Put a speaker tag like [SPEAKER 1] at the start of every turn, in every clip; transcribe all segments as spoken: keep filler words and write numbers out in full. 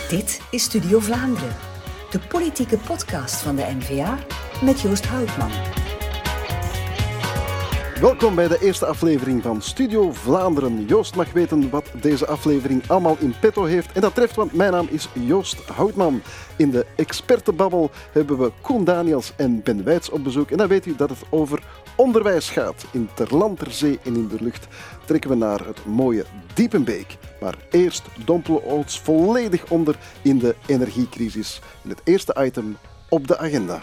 [SPEAKER 1] Dit is Studio Vlaanderen, de politieke podcast van de N V A met Joost Houtman.
[SPEAKER 2] Welkom bij de eerste aflevering van Studio Vlaanderen. Joost mag weten wat deze aflevering allemaal in petto heeft. En dat treft, want mijn naam is Joost Houtman. In de expertenbabbel hebben we Koen Daniels en Ben Wijts op bezoek. En dan weet u dat het over onderwijs gaat. In ter land, ter zee en in de lucht trekken we naar het mooie Diepenbeek. Maar eerst dompelen we ons volledig onder in de energiecrisis. In het eerste item op de agenda.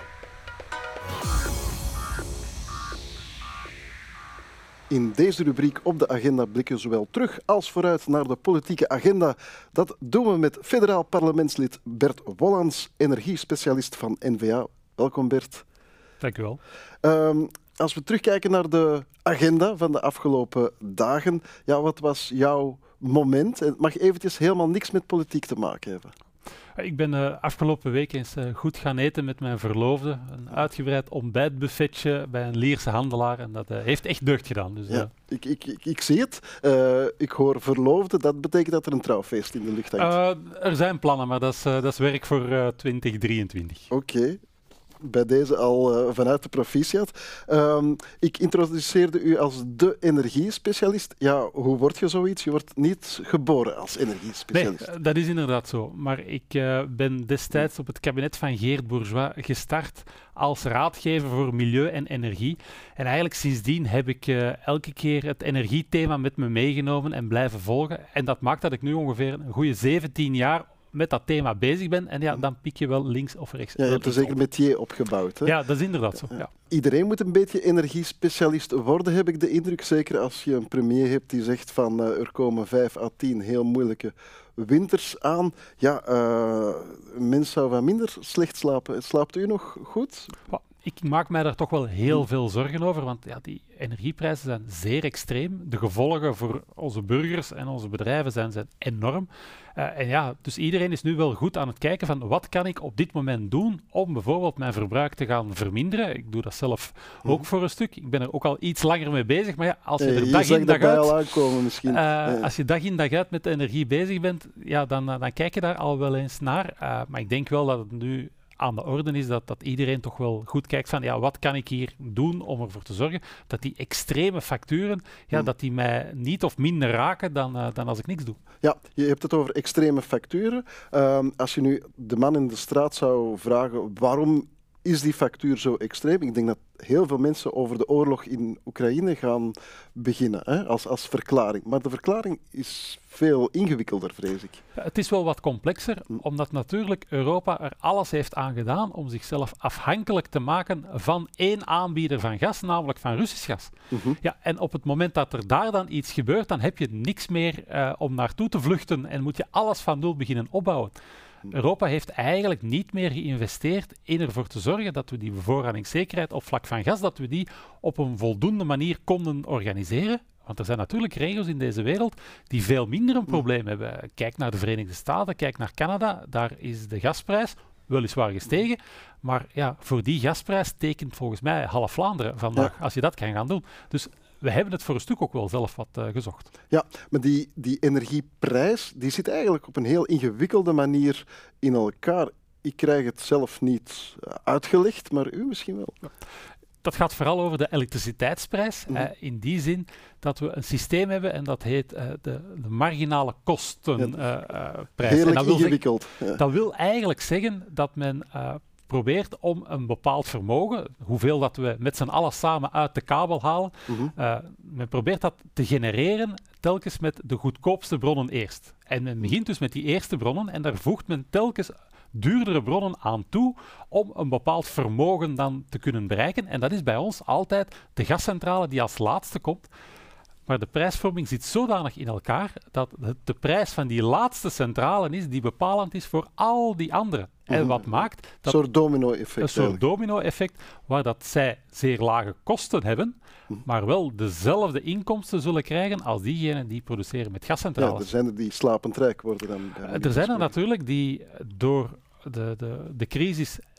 [SPEAKER 2] In deze rubriek op de agenda blikken we zowel terug als vooruit naar de politieke agenda. Dat doen we met federaal parlementslid Bert Wollans, energiespecialist van N V A. Welkom Bert.
[SPEAKER 3] Dank u wel.
[SPEAKER 2] Um, als we terugkijken naar de agenda van de afgelopen dagen, ja, wat was jouw moment? Het mag eventjes helemaal niks met politiek te maken hebben.
[SPEAKER 3] Ik ben de uh, afgelopen week eens uh, goed gaan eten met mijn verloofde. Een uitgebreid ontbijtbuffetje bij een Lierse handelaar. En dat uh, heeft echt deugd gedaan. Dus, uh...
[SPEAKER 2] ja, ik, ik, ik, ik zie het. Uh, ik hoor verloofde. Dat betekent dat er een trouwfeest in de lucht hangt.
[SPEAKER 3] Uh, er zijn plannen, maar dat is, uh, dat is werk voor uh, twintig drieëntwintig.
[SPEAKER 2] Oké. Okay. Bij deze al uh, vanuit de proficiat. Um, ik introduceerde u als de energiespecialist. Ja, hoe word je zoiets? Je wordt niet geboren als energiespecialist.
[SPEAKER 3] Nee, dat is inderdaad zo. Maar ik uh, ben destijds op het kabinet van Geert Bourgeois gestart als raadgever voor milieu en energie. En eigenlijk sindsdien heb ik uh, elke keer het energiethema met me meegenomen en blijven volgen. En dat maakt dat ik nu ongeveer een goede zeventien jaar met dat thema bezig ben. En ja, dan pik je wel links of rechts.
[SPEAKER 2] Ja, je hebt er zeker métier opgebouwd. Hè?
[SPEAKER 3] Ja, dat is inderdaad zo. Ja.
[SPEAKER 2] Iedereen moet een beetje energiespecialist worden, heb ik de indruk. Zeker als je een premier hebt die zegt van uh, er komen vijf à tien heel moeilijke winters aan. Ja, uh, een mens zou wat minder slecht slapen. Slaapt u nog goed?
[SPEAKER 3] Oh. Ik maak mij daar toch wel heel veel zorgen over, want ja, die energieprijzen zijn zeer extreem. De gevolgen voor onze burgers en onze bedrijven zijn, zijn enorm. Uh, en ja, dus iedereen is nu wel goed aan het kijken van wat kan ik op dit moment doen om bijvoorbeeld mijn verbruik te gaan verminderen. Ik doe dat zelf ook mm-hmm. voor een stuk. Ik ben er ook al iets langer mee bezig, maar ja, als je er
[SPEAKER 2] je
[SPEAKER 3] dag in dag uit...
[SPEAKER 2] al aankomen misschien. Uh,
[SPEAKER 3] ja. Als je dag in dag uit met de energie bezig bent, ja, dan, dan kijk je daar al wel eens naar. Uh, maar ik denk wel dat het nu aan de orde is dat, dat iedereen toch wel goed kijkt van ja, wat kan ik hier doen om ervoor te zorgen dat die extreme facturen, ja, hmm. dat die mij niet of minder raken dan, uh, dan als ik niks doe.
[SPEAKER 2] Ja, je hebt het over extreme facturen. Um, als je nu de man in de straat zou vragen waarom is die factuur zo extreem? Ik denk dat heel veel mensen over de oorlog in Oekraïne gaan beginnen, hè, als, als verklaring. Maar de verklaring is veel ingewikkelder, vrees ik.
[SPEAKER 3] Het is wel wat complexer, omdat natuurlijk Europa er alles heeft aan gedaan om zichzelf afhankelijk te maken van één aanbieder van gas, namelijk van Russisch gas. Mm-hmm. Ja, en op het moment dat er daar dan iets gebeurt, dan heb je niks meer uh, om naartoe te vluchten en moet je alles van nul beginnen opbouwen. Europa heeft eigenlijk niet meer geïnvesteerd in ervoor te zorgen dat we die bevoorradingszekerheid op vlak van gas, dat we die op een voldoende manier konden organiseren. Want er zijn natuurlijk regio's in deze wereld die veel minder een probleem hebben. Kijk naar de Verenigde Staten, kijk naar Canada, daar is de gasprijs weliswaar gestegen, maar ja, voor die gasprijs tekent volgens mij half Vlaanderen vandaag, ja. Als je dat kan gaan doen. Dus we hebben het voor een stuk ook wel zelf wat uh, gezocht.
[SPEAKER 2] Ja, maar die, die energieprijs die zit eigenlijk op een heel ingewikkelde manier in elkaar. Ik krijg het zelf niet uitgelegd, maar u misschien wel.
[SPEAKER 3] Ja. Dat gaat vooral over de elektriciteitsprijs. Mm-hmm. Uh, in die zin dat we een systeem hebben en dat heet uh, de, de marginale kostenprijs.
[SPEAKER 2] Ja, uh, uh, Heerlijk ingewikkeld.
[SPEAKER 3] Zeggen, ja. Dat wil eigenlijk zeggen dat men Uh, probeert om een bepaald vermogen, hoeveel dat we met z'n allen samen uit de kabel halen, mm-hmm. uh, men probeert dat te genereren telkens met de goedkoopste bronnen eerst. En men begint dus met die eerste bronnen en daar voegt men telkens duurdere bronnen aan toe om een bepaald vermogen dan te kunnen bereiken. En dat is bij ons altijd de gascentrale die als laatste komt. Maar de prijsvorming zit zodanig in elkaar dat het de prijs van die laatste centrale is die bepalend is voor al die anderen. Mm-hmm. En wat maakt dat...
[SPEAKER 2] Een soort domino-effect.
[SPEAKER 3] Een soort domino-effect waar dat zij zeer lage kosten hebben, mm-hmm. maar wel dezelfde inkomsten zullen krijgen als diegenen die produceren met gascentrales.
[SPEAKER 2] Ja, er zijn er die slapend rijk worden dan.
[SPEAKER 3] Er zijn er natuurlijk die door de, de, de crisis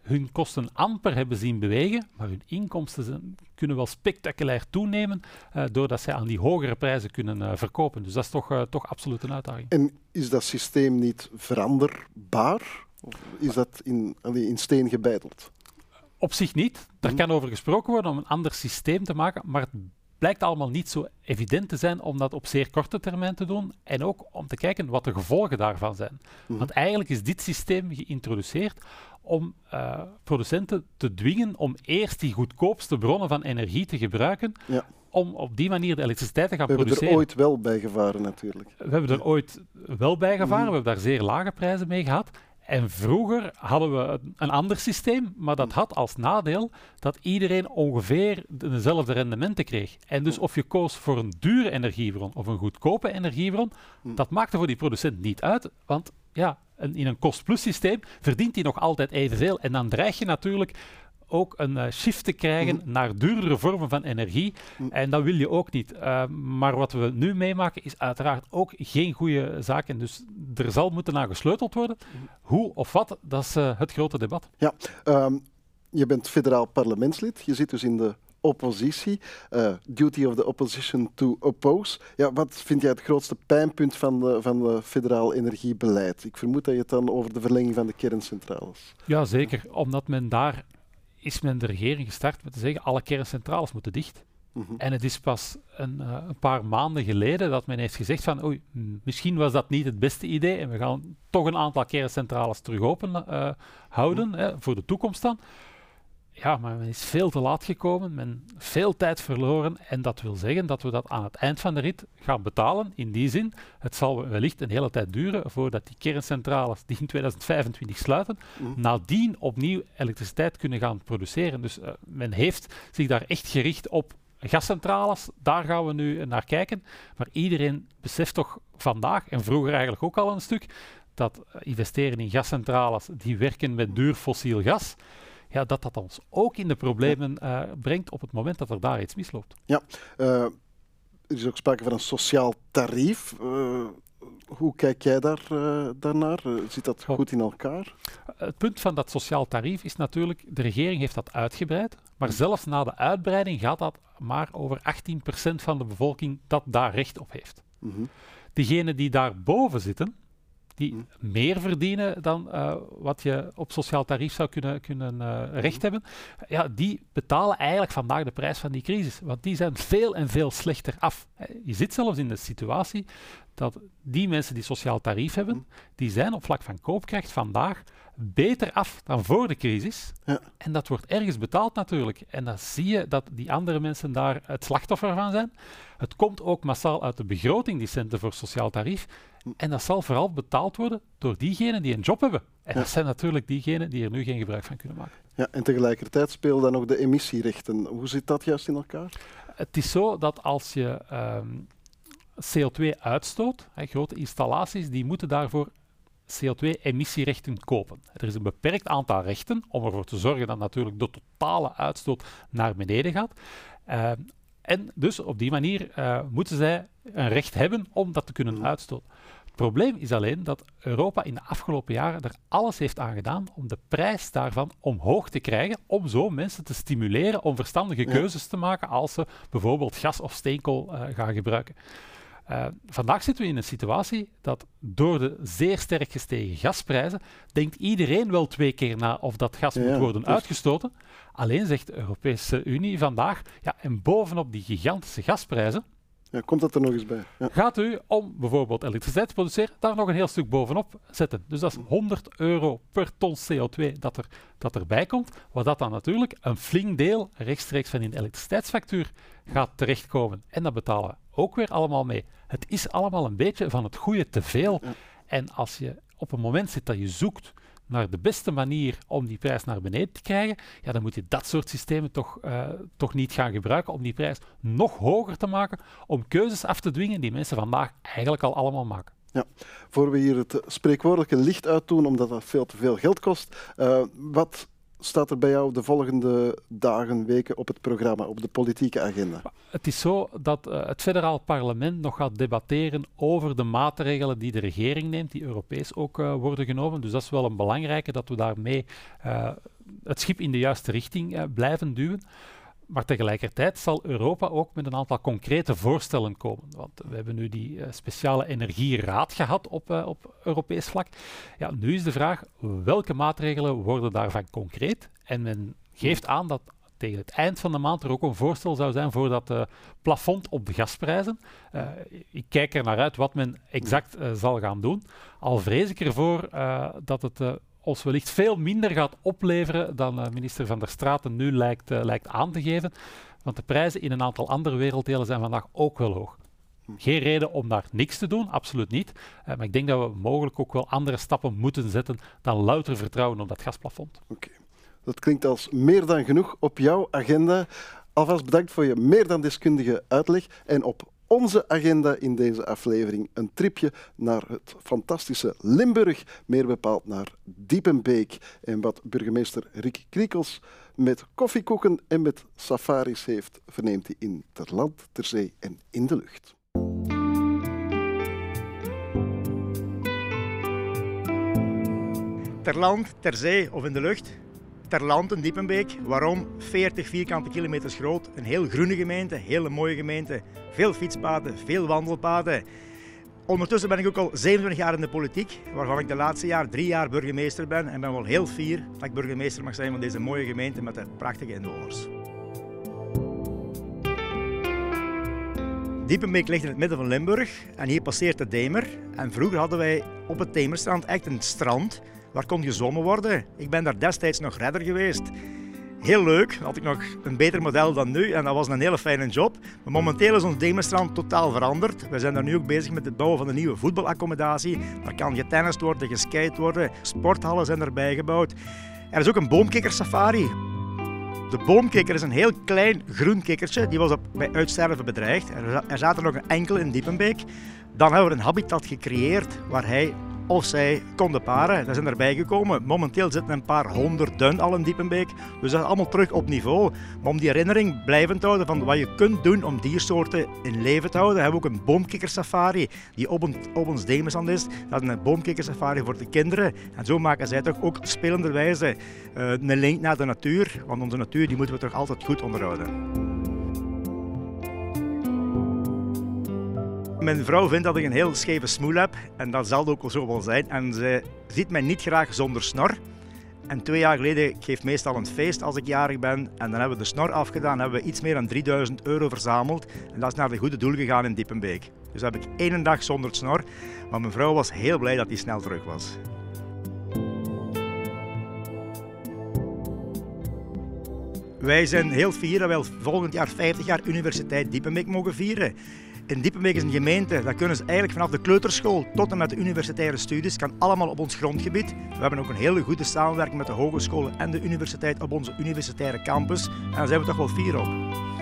[SPEAKER 3] hun kosten amper hebben zien bewegen, maar hun inkomsten zijn, kunnen wel spectaculair toenemen uh, doordat zij aan die hogere prijzen kunnen uh, verkopen. Dus dat is toch, uh, toch absoluut een uitdaging.
[SPEAKER 2] En is dat systeem niet veranderbaar? Of is dat in, in steen gebeiteld?
[SPEAKER 3] Op zich niet. Daar
[SPEAKER 2] Mm.
[SPEAKER 3] kan over gesproken worden om een ander systeem te maken, maar het blijkt allemaal niet zo evident te zijn om dat op zeer korte termijn te doen en ook om te kijken wat de gevolgen daarvan zijn.
[SPEAKER 2] Mm.
[SPEAKER 3] Want eigenlijk is dit systeem geïntroduceerd om uh, producenten te dwingen om eerst die goedkoopste bronnen van energie te gebruiken,
[SPEAKER 2] Ja.
[SPEAKER 3] om op die manier de elektriciteit te gaan
[SPEAKER 2] We hebben
[SPEAKER 3] produceren.
[SPEAKER 2] er ooit wel bij gevaren natuurlijk.
[SPEAKER 3] We hebben er ooit wel bij gevaren,
[SPEAKER 2] Mhm.
[SPEAKER 3] we hebben daar zeer lage prijzen mee gehad. En vroeger hadden we een- een ander systeem, maar dat had als nadeel dat iedereen ongeveer de- dezelfde rendementen kreeg. En dus of je koos voor een dure energiebron of een goedkope energiebron,
[SPEAKER 2] Mhm.
[SPEAKER 3] dat maakte voor die producent niet uit, want ja, een- in een kost-plus systeem verdient hij nog altijd evenveel. En dan dreig je natuurlijk ook een uh, shift te krijgen
[SPEAKER 2] Mhm.
[SPEAKER 3] naar duurdere vormen van energie.
[SPEAKER 2] Mhm.
[SPEAKER 3] En dat wil je ook niet. Uh, maar wat we nu meemaken is uiteraard ook geen goede zaak. En dus er zal moeten naar gesleuteld worden.
[SPEAKER 2] Mhm.
[SPEAKER 3] Hoe of wat, dat is uh, het grote debat.
[SPEAKER 2] Um, je bent federaal parlementslid, je zit dus in de oppositie. Uh, duty of the opposition to oppose. Ja, wat vind jij het grootste pijnpunt van de, van de federaal energiebeleid? Ik vermoed dat je het dan over de verlenging van de kerncentrales.
[SPEAKER 3] Ja, zeker. Omdat men daar is men de regering gestart met te zeggen alle kerncentrales moeten dicht.
[SPEAKER 2] Mhm.
[SPEAKER 3] En het is pas een, uh, een paar maanden geleden dat men heeft gezegd van oei, m- misschien was dat niet het beste idee en we gaan toch een aantal kerncentrales terug open uh, houden
[SPEAKER 2] Mhm.
[SPEAKER 3] hè, voor de toekomst dan. Ja, maar men is veel te laat gekomen, men heeft veel tijd verloren en dat wil zeggen dat we dat aan het eind van de rit gaan betalen. In die zin, het zal wellicht een hele tijd duren voordat die kerncentrales die in tweeduizend vijfentwintig sluiten,
[SPEAKER 2] Mhm.
[SPEAKER 3] nadien opnieuw elektriciteit kunnen gaan produceren. Dus uh, men heeft zich daar echt gericht op gascentrales, daar gaan we nu naar kijken. Maar iedereen beseft toch vandaag, en vroeger eigenlijk ook al een stuk, dat uh, investeren in gascentrales die werken met duur fossiel gas, ja, dat dat ons ook in de problemen uh, brengt op het moment dat er daar iets misloopt.
[SPEAKER 2] Uh, er is ook sprake van een sociaal tarief. Uh, hoe kijk jij daar, uh, daarnaar? Uh, zit dat goed in elkaar?
[SPEAKER 3] Het punt van dat sociaal tarief is natuurlijk, de regering heeft dat uitgebreid, maar zelfs na de uitbreiding gaat dat maar over achttien procent van de bevolking dat daar recht op heeft.
[SPEAKER 2] Mm-hmm.
[SPEAKER 3] Diegenen die daarboven zitten, die
[SPEAKER 2] Mm.
[SPEAKER 3] meer verdienen dan uh, wat je op sociaal tarief zou kunnen, kunnen uh, recht hebben, ja, die betalen eigenlijk vandaag de prijs van die crisis. Want die zijn veel en veel slechter af. Je zit zelfs in de situatie dat die mensen die sociaal tarief hebben,
[SPEAKER 2] Mm.
[SPEAKER 3] die zijn op vlak van koopkracht vandaag beter af dan voor de crisis.
[SPEAKER 2] Ja.
[SPEAKER 3] En dat wordt ergens betaald natuurlijk. En dan zie je dat die andere mensen daar het slachtoffer van zijn. Het komt ook massaal uit de begroting, die centen voor sociaal tarief. En dat zal vooral betaald worden door diegenen die een job hebben. En
[SPEAKER 2] Ja.
[SPEAKER 3] dat zijn natuurlijk diegenen die er nu geen gebruik van kunnen maken.
[SPEAKER 2] Ja, en tegelijkertijd spelen dan ook de emissierechten. Hoe zit dat juist in elkaar?
[SPEAKER 3] Het is zo dat als je um, C O twee uitstoot, hè, grote installaties, die moeten daarvoor C O twee emissierechten kopen. Er is een beperkt aantal rechten om ervoor te zorgen dat natuurlijk de totale uitstoot naar beneden gaat. Uh, en dus op die manier uh, moeten zij een recht hebben om dat te kunnen
[SPEAKER 2] Mm.
[SPEAKER 3] uitstoten. Het probleem is alleen dat Europa in de afgelopen jaren er alles heeft aan gedaan om de prijs daarvan omhoog te krijgen, om zo mensen te stimuleren om verstandige
[SPEAKER 2] Ja.
[SPEAKER 3] keuzes te maken als ze bijvoorbeeld gas of steenkool uh, gaan gebruiken. Uh, vandaag zitten we in een situatie dat door de zeer sterk gestegen gasprijzen denkt iedereen wel twee keer na of dat gas
[SPEAKER 2] Ja,
[SPEAKER 3] moet worden
[SPEAKER 2] dus-
[SPEAKER 3] uitgestoten. Alleen zegt de Europese Unie vandaag, ja, en bovenop die gigantische gasprijzen,
[SPEAKER 2] Ja, komt dat er nog eens bij? Ja.
[SPEAKER 3] gaat u, om bijvoorbeeld elektriciteit te produceren, daar nog een heel stuk bovenop zetten. Dus dat is honderd euro per ton C O twee dat, er, dat erbij komt, waar dat dan natuurlijk een flink deel rechtstreeks van in de elektriciteitsfactuur gaat terechtkomen. En dat betalen we ook weer allemaal mee. Het is allemaal een beetje van het goede te veel.
[SPEAKER 2] Ja.
[SPEAKER 3] En als je op een moment zit dat je zoekt naar de beste manier om die prijs naar beneden te krijgen, ja, dan moet je dat soort systemen toch, uh, toch niet gaan gebruiken om die prijs nog hoger te maken, om keuzes af te dwingen die mensen vandaag eigenlijk al allemaal maken.
[SPEAKER 2] Ja. Voor we hier het spreekwoordelijke licht uitdoen, omdat dat veel te veel geld kost, uh, wat staat er bij jou de volgende dagen, weken op het programma, op de politieke agenda?
[SPEAKER 3] Het is zo dat uh, het federaal parlement nog gaat debatteren over de maatregelen die de regering neemt, die Europees ook uh, worden genomen. Dus dat is wel een belangrijke, dat we daarmee uh, het schip in de juiste richting uh, blijven duwen. Maar tegelijkertijd zal Europa ook met een aantal concrete voorstellen komen. Want we hebben nu die uh, speciale energieraad gehad op, uh, op Europees vlak. Ja, nu is de vraag, welke maatregelen worden daarvan concreet? En men geeft aan dat tegen het eind van de maand er ook een voorstel zou zijn voor dat uh, plafond op de gasprijzen. Uh, ik kijk er naar uit wat men exact uh, zal gaan doen. Al vrees ik ervoor uh, dat het uh, ons wellicht veel minder gaat opleveren dan uh, minister Van der Straten nu lijkt, uh, lijkt aan te geven. Want de prijzen in een aantal andere werelddelen zijn vandaag ook wel hoog. Geen reden om daar niks te doen, absoluut niet. Uh, maar ik denk dat we mogelijk ook wel andere stappen moeten zetten dan louter vertrouwen op dat gasplafond.
[SPEAKER 2] Oké. Okay. Dat klinkt als meer dan genoeg op jouw agenda. Alvast bedankt voor je meer dan deskundige uitleg. En op onze agenda in deze aflevering een tripje naar het fantastische Limburg, meer bepaald naar Diepenbeek. En wat burgemeester Rick Kriekels met koffiekoeken en met safaris heeft, verneemt hij in Ter Land, Ter Zee en in de lucht.
[SPEAKER 4] Ter land, ter zee of in de lucht. Ter land in Diepenbeek. Waarom? veertig vierkante kilometers groot. Een heel groene gemeente, hele mooie gemeente. Veel fietspaden, veel wandelpaden. Ondertussen ben ik ook al zevenentwintig jaar in de politiek, waarvan ik de laatste jaar drie jaar burgemeester ben. En ben wel heel fier dat ik burgemeester mag zijn van deze mooie gemeente met de prachtige inwoners. Diepenbeek ligt in het midden van Limburg en hier passeert de Demer. En vroeger hadden wij op het Demerstrand echt een strand. Waar kon gezwommen worden. Ik ben daar destijds nog redder geweest. Heel leuk, had ik nog een beter model dan nu en dat was een hele fijne job. Maar momenteel is ons Demerstrand totaal veranderd. We zijn daar nu ook bezig met het bouwen van een nieuwe voetbalaccommodatie. Daar kan getennist worden, geskate worden, sporthallen zijn erbij gebouwd. Er is ook een boomkikkersafari. De boomkikker is een heel klein groen kikkertje, die was op, bij uitsterven bedreigd. Er, er zaten nog een enkel in Diepenbeek. Dan hebben we een habitat gecreëerd waar hij of zij konden paren. Dat zijn erbij gekomen. Momenteel zitten een paar honderd duin al in Diepenbeek. Dus dat is allemaal terug op niveau. Maar om die herinnering blijvend te houden van wat je kunt doen om diersoorten in leven te houden, hebben we ook een boomkikkersafari die op, een, op ons Demerstrand is. Dat is een boomkikkersafari voor de kinderen. En zo maken zij toch ook spelenderwijze uh, een link naar de natuur. Want onze natuur die moeten we toch altijd goed onderhouden. Mijn vrouw vindt dat ik een heel scheve smoel heb en dat zal ook zo wel zijn. En ze ziet mij niet graag zonder snor. En twee jaar geleden, ik geef meestal een feest als ik jarig ben. En dan hebben we de snor afgedaan, hebben we iets meer dan drieduizend euro verzameld. En dat is naar de goede doel gegaan in Diepenbeek. Dus heb ik één dag zonder snor. Maar mijn vrouw was heel blij dat die snel terug was. Wij zijn heel fier dat wij volgend jaar vijftig jaar Universiteit Diepenbeek mogen vieren. In Diepenbeek is een gemeente, dat kunnen ze eigenlijk vanaf de kleuterschool tot en met de universitaire studies, kan allemaal op ons grondgebied. We hebben ook een hele goede samenwerking met de hogescholen en de universiteit op onze universitaire campus. En daar zijn we toch wel fier op.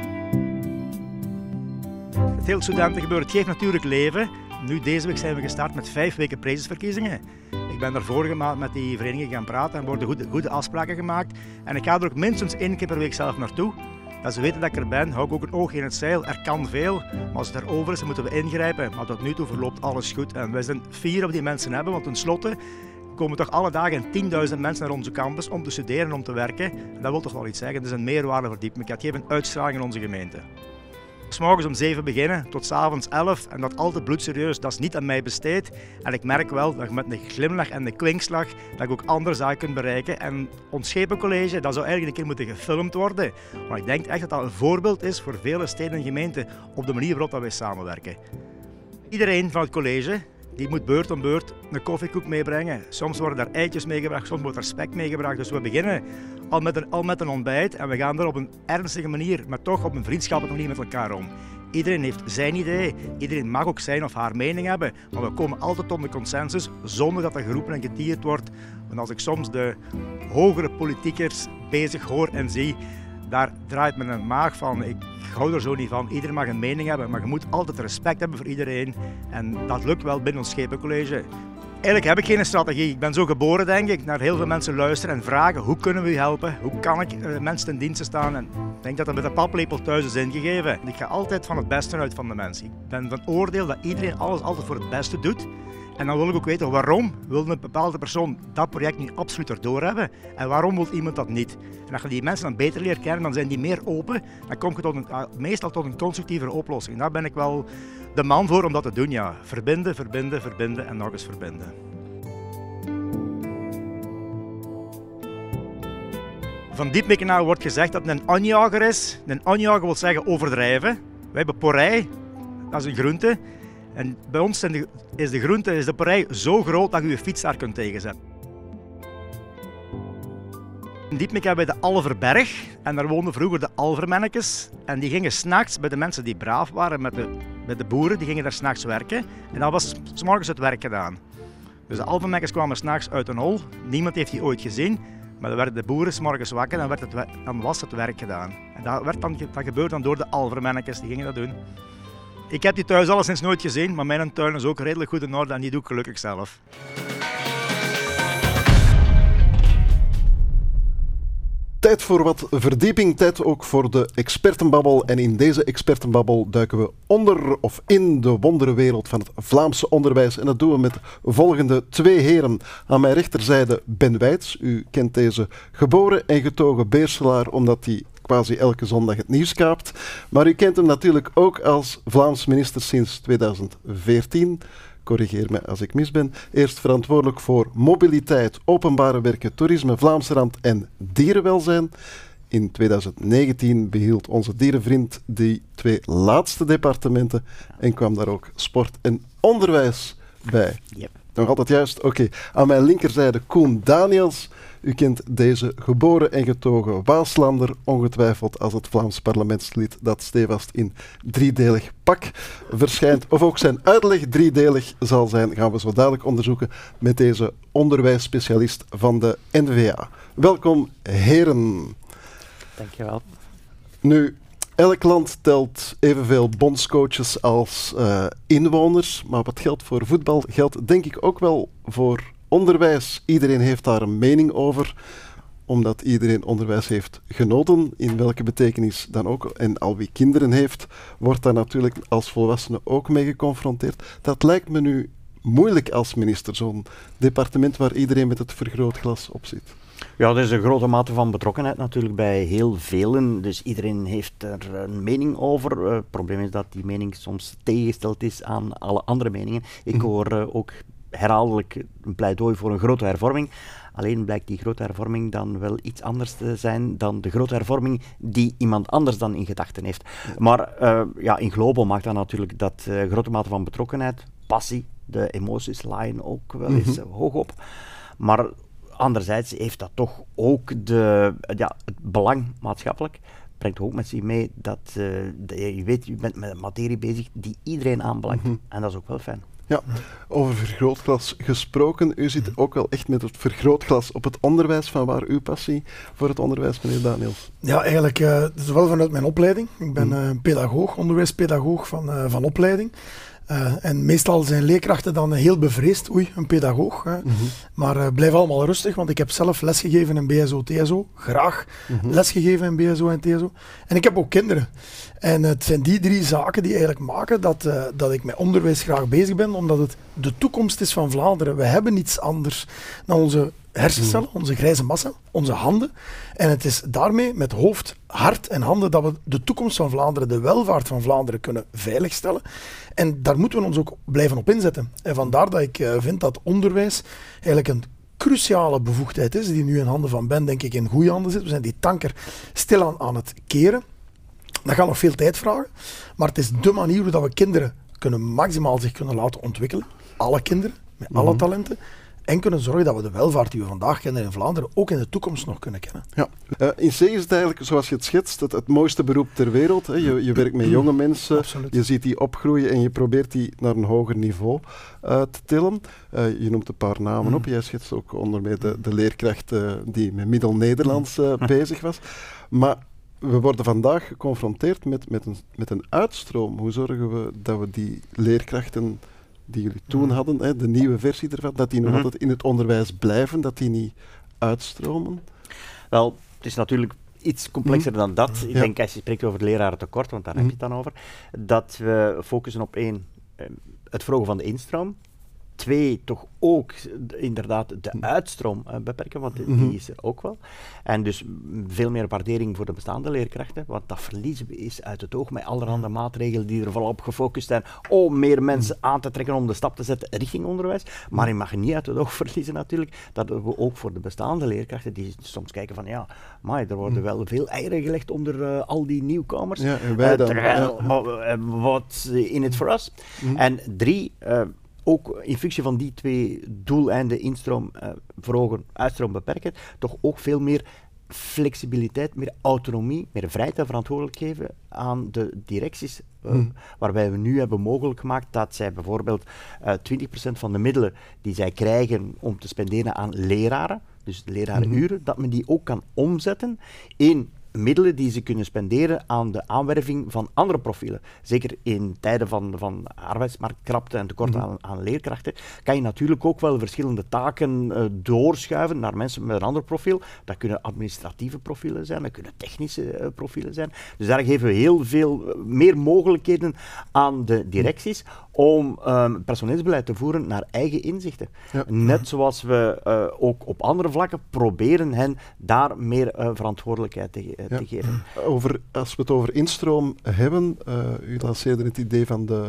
[SPEAKER 4] Het hele studentengebeuren, het geeft natuurlijk leven. Nu deze week zijn we gestart met vijf weken prezesverkiezingen. Ik ben daar vorige maand met die vereniging gaan praten en worden goede, goede afspraken gemaakt. En ik ga er ook minstens één keer per week zelf naartoe. Dat ze weten dat ik er ben, hou ik ook een oog in het zeil. Er kan veel, maar als het erover is, dan moeten we ingrijpen. Maar tot nu toe verloopt alles goed. En wij zijn fier op die mensen hebben, want tenslotte komen toch alle dagen tienduizend mensen naar onze campus om te studeren en om te werken. En dat wil toch wel iets zeggen. Het is een meerwaarde voor Diepenbeek. Het geeft een uitstraling in onze gemeente. 's morgens om zeven beginnen tot 's avonds elf en dat altijd bloedserieus, dat is niet aan mij besteed. En ik merk wel dat ik met een glimlach en een kwinkslag dat ik ook andere zaken kan bereiken. En ons Schepencollege, dat zou eigenlijk een keer moeten gefilmd worden. Maar ik denk echt dat dat een voorbeeld is voor vele steden en gemeenten op de manier waarop dat wij samenwerken. Iedereen van het college die moet beurt om beurt een koffiekoek meebrengen. Soms worden daar eitjes meegebracht, soms wordt er spek meegebracht. Dus we beginnen al met, een, al met een ontbijt en we gaan er op een ernstige manier, maar toch op een vriendschappelijke manier met elkaar om. Iedereen heeft zijn idee, iedereen mag ook zijn of haar mening hebben, maar we komen altijd tot een consensus zonder dat er geroepen en getierd wordt. Want als ik soms de hogere politiekers bezig hoor en zie, daar draait me een maag van. Ik hou er zo niet van. Iedereen mag een mening hebben, maar je moet altijd respect hebben voor iedereen. En dat lukt wel binnen ons Schepencollege. Eigenlijk heb ik geen strategie. Ik ben zo geboren, denk ik, naar heel veel mensen luisteren en vragen hoe kunnen we u helpen? Hoe kan ik uh, mensen ten dienste staan? En ik denk dat dat met een paplepel thuis is ingegeven. Ik ga altijd van het beste uit van de mensen. Ik ben van oordeel dat iedereen alles altijd voor het beste doet. En dan wil ik ook weten waarom wil een bepaalde persoon dat project nu absoluut erdoor hebben en waarom wil iemand dat niet. En als je die mensen dan beter leert kennen, dan zijn die meer open. Dan kom je tot een, meestal tot een constructievere oplossing. En daar ben ik wel de man voor om dat te doen. Ja. Verbinden, verbinden, verbinden en nog eens verbinden. Van Diepmekenaar wordt gezegd dat het een aanjager is. Een aanjager wil zeggen overdrijven. Wij hebben porij, dat is een groente. En bij ons zijn de, is de groente, is de porij zo groot dat je je fiets daar kunt tegenzetten. In Diepmeek hebben we de Alverberg en daar woonden vroeger de Alvermannekes. En die gingen 's nachts bij de mensen die braaf waren, met de, met de boeren, die gingen daar 's nachts werken. En dan was 's morgens het werk gedaan. Dus de Alvermannekes kwamen 's nachts uit een hol, niemand heeft die ooit gezien. Maar dan werden de boeren 's morgens wakker en dan, werd het, dan was het werk gedaan. En dat, werd dan, dat gebeurde dan door de Alvermannekes, die gingen dat doen. Ik heb die thuis alleszins nooit gezien, maar mijn tuin is ook redelijk goed in orde en die doe ik gelukkig zelf.
[SPEAKER 2] Tijd voor wat verdieping, tijd ook voor de expertenbabbel. En in deze expertenbabbel duiken we onder of in de wonderenwereld van het Vlaamse onderwijs. En dat doen we met volgende twee heren. Aan mijn rechterzijde Ben Wijts. U kent deze geboren en getogen Beerselaar, omdat hij quasi elke zondag het nieuws kaapt. Maar u kent hem natuurlijk ook als Vlaams minister sinds tweeduizend veertien. Corrigeer me als ik mis ben. Eerst verantwoordelijk voor mobiliteit, openbare werken, toerisme, Vlaamse Rand en dierenwelzijn. In tweeduizend negentien behield onze dierenvriend die twee laatste departementen en kwam daar ook sport en onderwijs bij.
[SPEAKER 5] Yep.
[SPEAKER 2] Nog altijd juist? Oké. Okay. Aan mijn linkerzijde Koen Daniels. U kent deze geboren en getogen Waaslander ongetwijfeld als het Vlaams parlementslid dat stevast in driedelig pak verschijnt. Of ook zijn uitleg driedelig zal zijn, gaan we zo dadelijk onderzoeken met deze onderwijsspecialist van de N V A. Welkom, heren.
[SPEAKER 5] Dankjewel.
[SPEAKER 2] Nu, elk land telt evenveel bondscoaches als uh, inwoners, maar wat geldt voor voetbal geldt denk ik ook wel voor onderwijs. Iedereen heeft daar een mening over, omdat iedereen onderwijs heeft genoten, in welke betekenis dan ook. En al wie kinderen heeft, wordt daar natuurlijk als volwassene ook mee geconfronteerd. Dat lijkt me nu moeilijk als minister, zo'n departement waar iedereen met het vergrootglas op zit.
[SPEAKER 5] Ja, er is een grote mate van betrokkenheid natuurlijk bij heel velen, dus iedereen heeft er een mening over. Uh, het probleem is dat die mening soms tegengesteld is aan alle andere meningen. Ik hoor uh, ook herhaaldelijk een pleidooi voor een grote hervorming. Alleen blijkt die grote hervorming dan wel iets anders te zijn dan de grote hervorming die iemand anders dan in gedachten heeft. Maar uh, ja, in globo maakt dat natuurlijk dat uh, grote mate van betrokkenheid, passie, de emoties laaien ook wel eens uh, hoog op. Maar anderzijds heeft dat toch ook de, ja, het belang maatschappelijk, brengt ook met zich mee dat uh, de, je weet, je bent met een materie bezig die iedereen aanbelangt. Mm-hmm. En dat is ook wel fijn.
[SPEAKER 2] Ja, over vergrootglas gesproken. U zit ook wel echt met het vergrootglas op het onderwijs. Van waar uw passie voor het onderwijs, meneer Daniels?
[SPEAKER 6] Ja, eigenlijk uh, dat is wel vanuit mijn opleiding. Ik ben uh, pedagoog, onderwijspedagoog van, uh, van opleiding. Uh, en meestal zijn leerkrachten dan uh, heel bevreesd. Oei, een pedagoog. Uh. Mm-hmm. Maar uh, blijf allemaal rustig, want ik heb zelf lesgegeven in B S O, T S O. Graag mm-hmm. lesgegeven in B S O en T S O. En ik heb ook kinderen. En uh, het zijn die drie zaken die eigenlijk maken dat, uh, dat ik met onderwijs graag bezig ben, omdat het de toekomst is van Vlaanderen. We hebben niets anders dan onze hersencellen, onze grijze massa, onze handen. En het is daarmee met hoofd, hart en handen dat we de toekomst van Vlaanderen, de welvaart van Vlaanderen kunnen veiligstellen. En daar moeten we ons ook blijven op inzetten. En vandaar dat ik uh, vind dat onderwijs eigenlijk een cruciale bevoegdheid is, die nu in handen van Ben, denk ik, in goede handen zit. We zijn die tanker stilaan aan het keren. Dat gaat nog veel tijd vragen, maar het is dé manier hoe dat we kinderen kunnen maximaal zich kunnen laten ontwikkelen. Alle kinderen, met alle mm-hmm. talenten. En kunnen zorgen dat we de welvaart die we vandaag kennen in Vlaanderen ook in de toekomst nog kunnen kennen.
[SPEAKER 2] Ja. Uh, in C is het eigenlijk, zoals je het schetst, het, het mooiste beroep ter wereld. Hè. Je, je werkt met jonge mensen, Absoluut. Je ziet die opgroeien en je probeert die naar een hoger niveau uh, te tillen. Uh, je noemt een paar namen mm. op. Jij schetst ook onder meer de, de leerkracht uh, die met Middel-Nederlands uh, bezig was. Maar we worden vandaag geconfronteerd met, met, een, met een uitstroom. Hoe zorgen we dat we die leerkrachten die jullie toen hadden, hè, de nieuwe versie ervan, dat die nog
[SPEAKER 5] Mm-hmm.
[SPEAKER 2] altijd in het onderwijs blijven, dat die niet uitstromen?
[SPEAKER 5] Wel, het is natuurlijk iets complexer
[SPEAKER 2] Mm.
[SPEAKER 5] dan dat. Ik
[SPEAKER 2] Ja.
[SPEAKER 5] denk, als je spreekt over lerarentekort, want daar
[SPEAKER 2] Mm.
[SPEAKER 5] heb je het dan over, dat we focussen op één, eh, het verhogen van de instroom. Twee, toch ook d- inderdaad de uitstroom uh, beperken, want die,
[SPEAKER 2] Mhm.
[SPEAKER 5] die is er ook wel. En dus m, veel meer waardering voor de bestaande leerkrachten, want dat verliezen we is uit het oog met allerhande maatregelen die er vooral op gefocust zijn om meer mensen aan te trekken om de stap te zetten richting onderwijs. Maar je mag niet uit het oog verliezen natuurlijk dat we ook voor de bestaande leerkrachten, die soms kijken van ja, maar er worden wel veel eieren gelegd onder uh, al die nieuwkomers.
[SPEAKER 2] Ja, en wij
[SPEAKER 5] Uh,
[SPEAKER 2] dan,
[SPEAKER 5] terwijl,
[SPEAKER 2] ja.
[SPEAKER 5] uh, wat in it for us.
[SPEAKER 2] Mhm.
[SPEAKER 5] En drie, uh, ook in functie van die twee doeleinden, instroom uh, verhogen, uitstroom beperken, toch ook veel meer flexibiliteit, meer autonomie, meer vrijheid en verantwoordelijk geven aan de directies, uh,
[SPEAKER 2] Hmm.
[SPEAKER 5] waarbij we nu hebben mogelijk gemaakt dat zij bijvoorbeeld uh, twintig procent van de middelen die zij krijgen om te spenderen aan leraren, dus lerarenuren, dat men die ook kan omzetten in middelen die ze kunnen spenderen aan de aanwerving van andere profielen. Zeker in tijden van, van arbeidsmarktkrapte en tekort aan, aan leerkrachten, kan je natuurlijk ook wel verschillende taken uh, doorschuiven naar mensen met een ander profiel. Dat kunnen administratieve profielen zijn, dat kunnen technische uh, profielen zijn. Dus daar geven we heel veel uh, meer mogelijkheden aan de directies om um, personeelsbeleid te voeren naar eigen inzichten.
[SPEAKER 2] Ja.
[SPEAKER 5] Net zoals we uh, ook op andere vlakken proberen hen daar meer uh, verantwoordelijkheid te, uh,
[SPEAKER 2] Ja.
[SPEAKER 5] te geven.
[SPEAKER 2] Over, als we het over instroom hebben, uh, u lanceerde het idee van de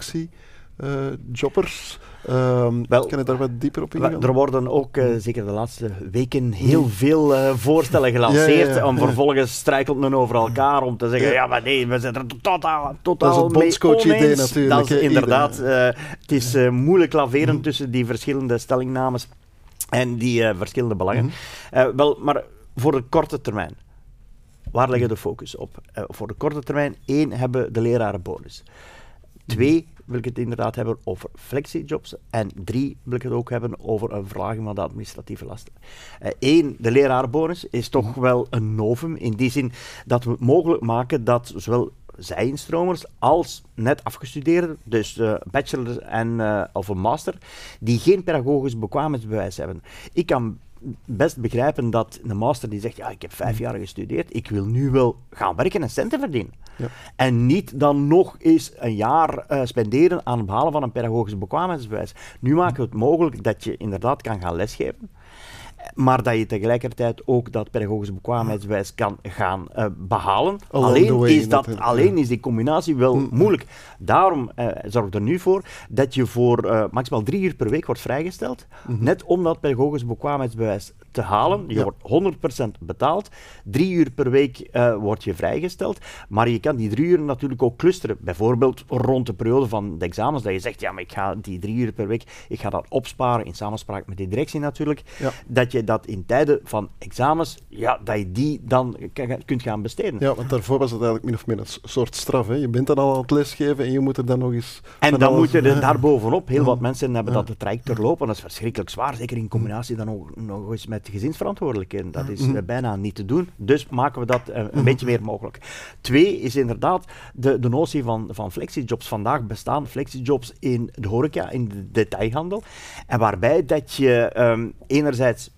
[SPEAKER 2] flexi-jobbers. Uh,
[SPEAKER 5] Wel,
[SPEAKER 2] kan je daar wat dieper op
[SPEAKER 5] Wel,
[SPEAKER 2] ingaan?
[SPEAKER 5] Er worden ook, uh, zeker de laatste weken, heel veel uh, voorstellen gelanceerd.
[SPEAKER 2] Ja, ja, ja.
[SPEAKER 5] En vervolgens struikelt men over elkaar om te zeggen,
[SPEAKER 2] Ja.
[SPEAKER 5] ja, maar nee, we zijn er totaal,
[SPEAKER 2] Dat is
[SPEAKER 5] totaal
[SPEAKER 2] het
[SPEAKER 5] mee
[SPEAKER 2] bondscoach-idee
[SPEAKER 5] oneens.
[SPEAKER 2] natuurlijk,
[SPEAKER 5] Dat is
[SPEAKER 2] hè,
[SPEAKER 5] inderdaad,
[SPEAKER 2] iedereen.
[SPEAKER 5] uh, het is uh, moeilijk laveren tussen die verschillende stellingnames en die uh, verschillende belangen.
[SPEAKER 2] Mhm.
[SPEAKER 5] Uh, wel, maar voor de korte termijn, waar leggen we de focus op? Uh, voor de korte termijn, één, hebben we de lerarenbonus. Twee, wil ik het inderdaad hebben over flexijobs. En drie, wil ik het ook hebben over een verlaging van de administratieve lasten. Eén, uh, de lerarenbonus is toch wel een novum, in die zin dat we het mogelijk maken dat zowel zij-instromers als net afgestudeerden, dus uh, bachelor en, uh, of een master, die geen pedagogisch bekwaamheidsbewijs hebben. Ik kan best begrijpen dat een master die zegt, ja, ik heb vijf jaar gestudeerd, ik wil nu wel gaan werken en centen verdienen.
[SPEAKER 2] Ja.
[SPEAKER 5] En niet dan nog eens een jaar uh, spenderen aan het behalen van een pedagogisch bekwaamheidsbewijs. Nu maken we het mogelijk dat je inderdaad kan gaan lesgeven, maar dat je tegelijkertijd ook dat pedagogisch bekwaamheidsbewijs kan gaan uh, behalen.
[SPEAKER 2] Along the
[SPEAKER 5] Alleen,
[SPEAKER 2] way,
[SPEAKER 5] is, dat,
[SPEAKER 2] net,
[SPEAKER 5] alleen
[SPEAKER 2] ja.
[SPEAKER 5] is die combinatie wel
[SPEAKER 2] Mm.
[SPEAKER 5] moeilijk. Daarom uh, zorg er nu voor dat je voor uh, maximaal drie uur per week wordt vrijgesteld,
[SPEAKER 2] Mhm.
[SPEAKER 5] net om dat pedagogisch bekwaamheidsbewijs te halen. Je
[SPEAKER 2] Ja.
[SPEAKER 5] wordt honderd procent betaald. Drie uur per week uh, word je vrijgesteld, maar je kan die drie uur natuurlijk ook clusteren. Bijvoorbeeld rond de periode van de examens, dat je zegt, ja, maar ik ga die drie uur per week, ik ga dat opsparen, in samenspraak met de directie natuurlijk,
[SPEAKER 2] Ja.
[SPEAKER 5] dat je dat in tijden van examens, ja, dat je die dan k- kunt gaan besteden.
[SPEAKER 2] Ja, want daarvoor was het eigenlijk min of meer een s- soort straf. Hè. Je bent dan al aan het lesgeven en je moet er dan nog eens...
[SPEAKER 5] En
[SPEAKER 2] van
[SPEAKER 5] dan
[SPEAKER 2] alles-
[SPEAKER 5] moeten er
[SPEAKER 2] Ja.
[SPEAKER 5] daarbovenop, heel
[SPEAKER 2] Ja.
[SPEAKER 5] wat mensen hebben
[SPEAKER 2] Ja.
[SPEAKER 5] dat het traject doorlopen, dat is verschrikkelijk zwaar, zeker in combinatie dan ook nog eens met gezinsverantwoordelijkheden. Dat is
[SPEAKER 2] Mhm.
[SPEAKER 5] uh, bijna niet te doen, dus maken we dat uh, een beetje meer mogelijk. Twee is inderdaad de, de notie van, van flexijobs. Vandaag bestaan flexijobs in de horeca, in de detailhandel, en waarbij dat je um, enerzijds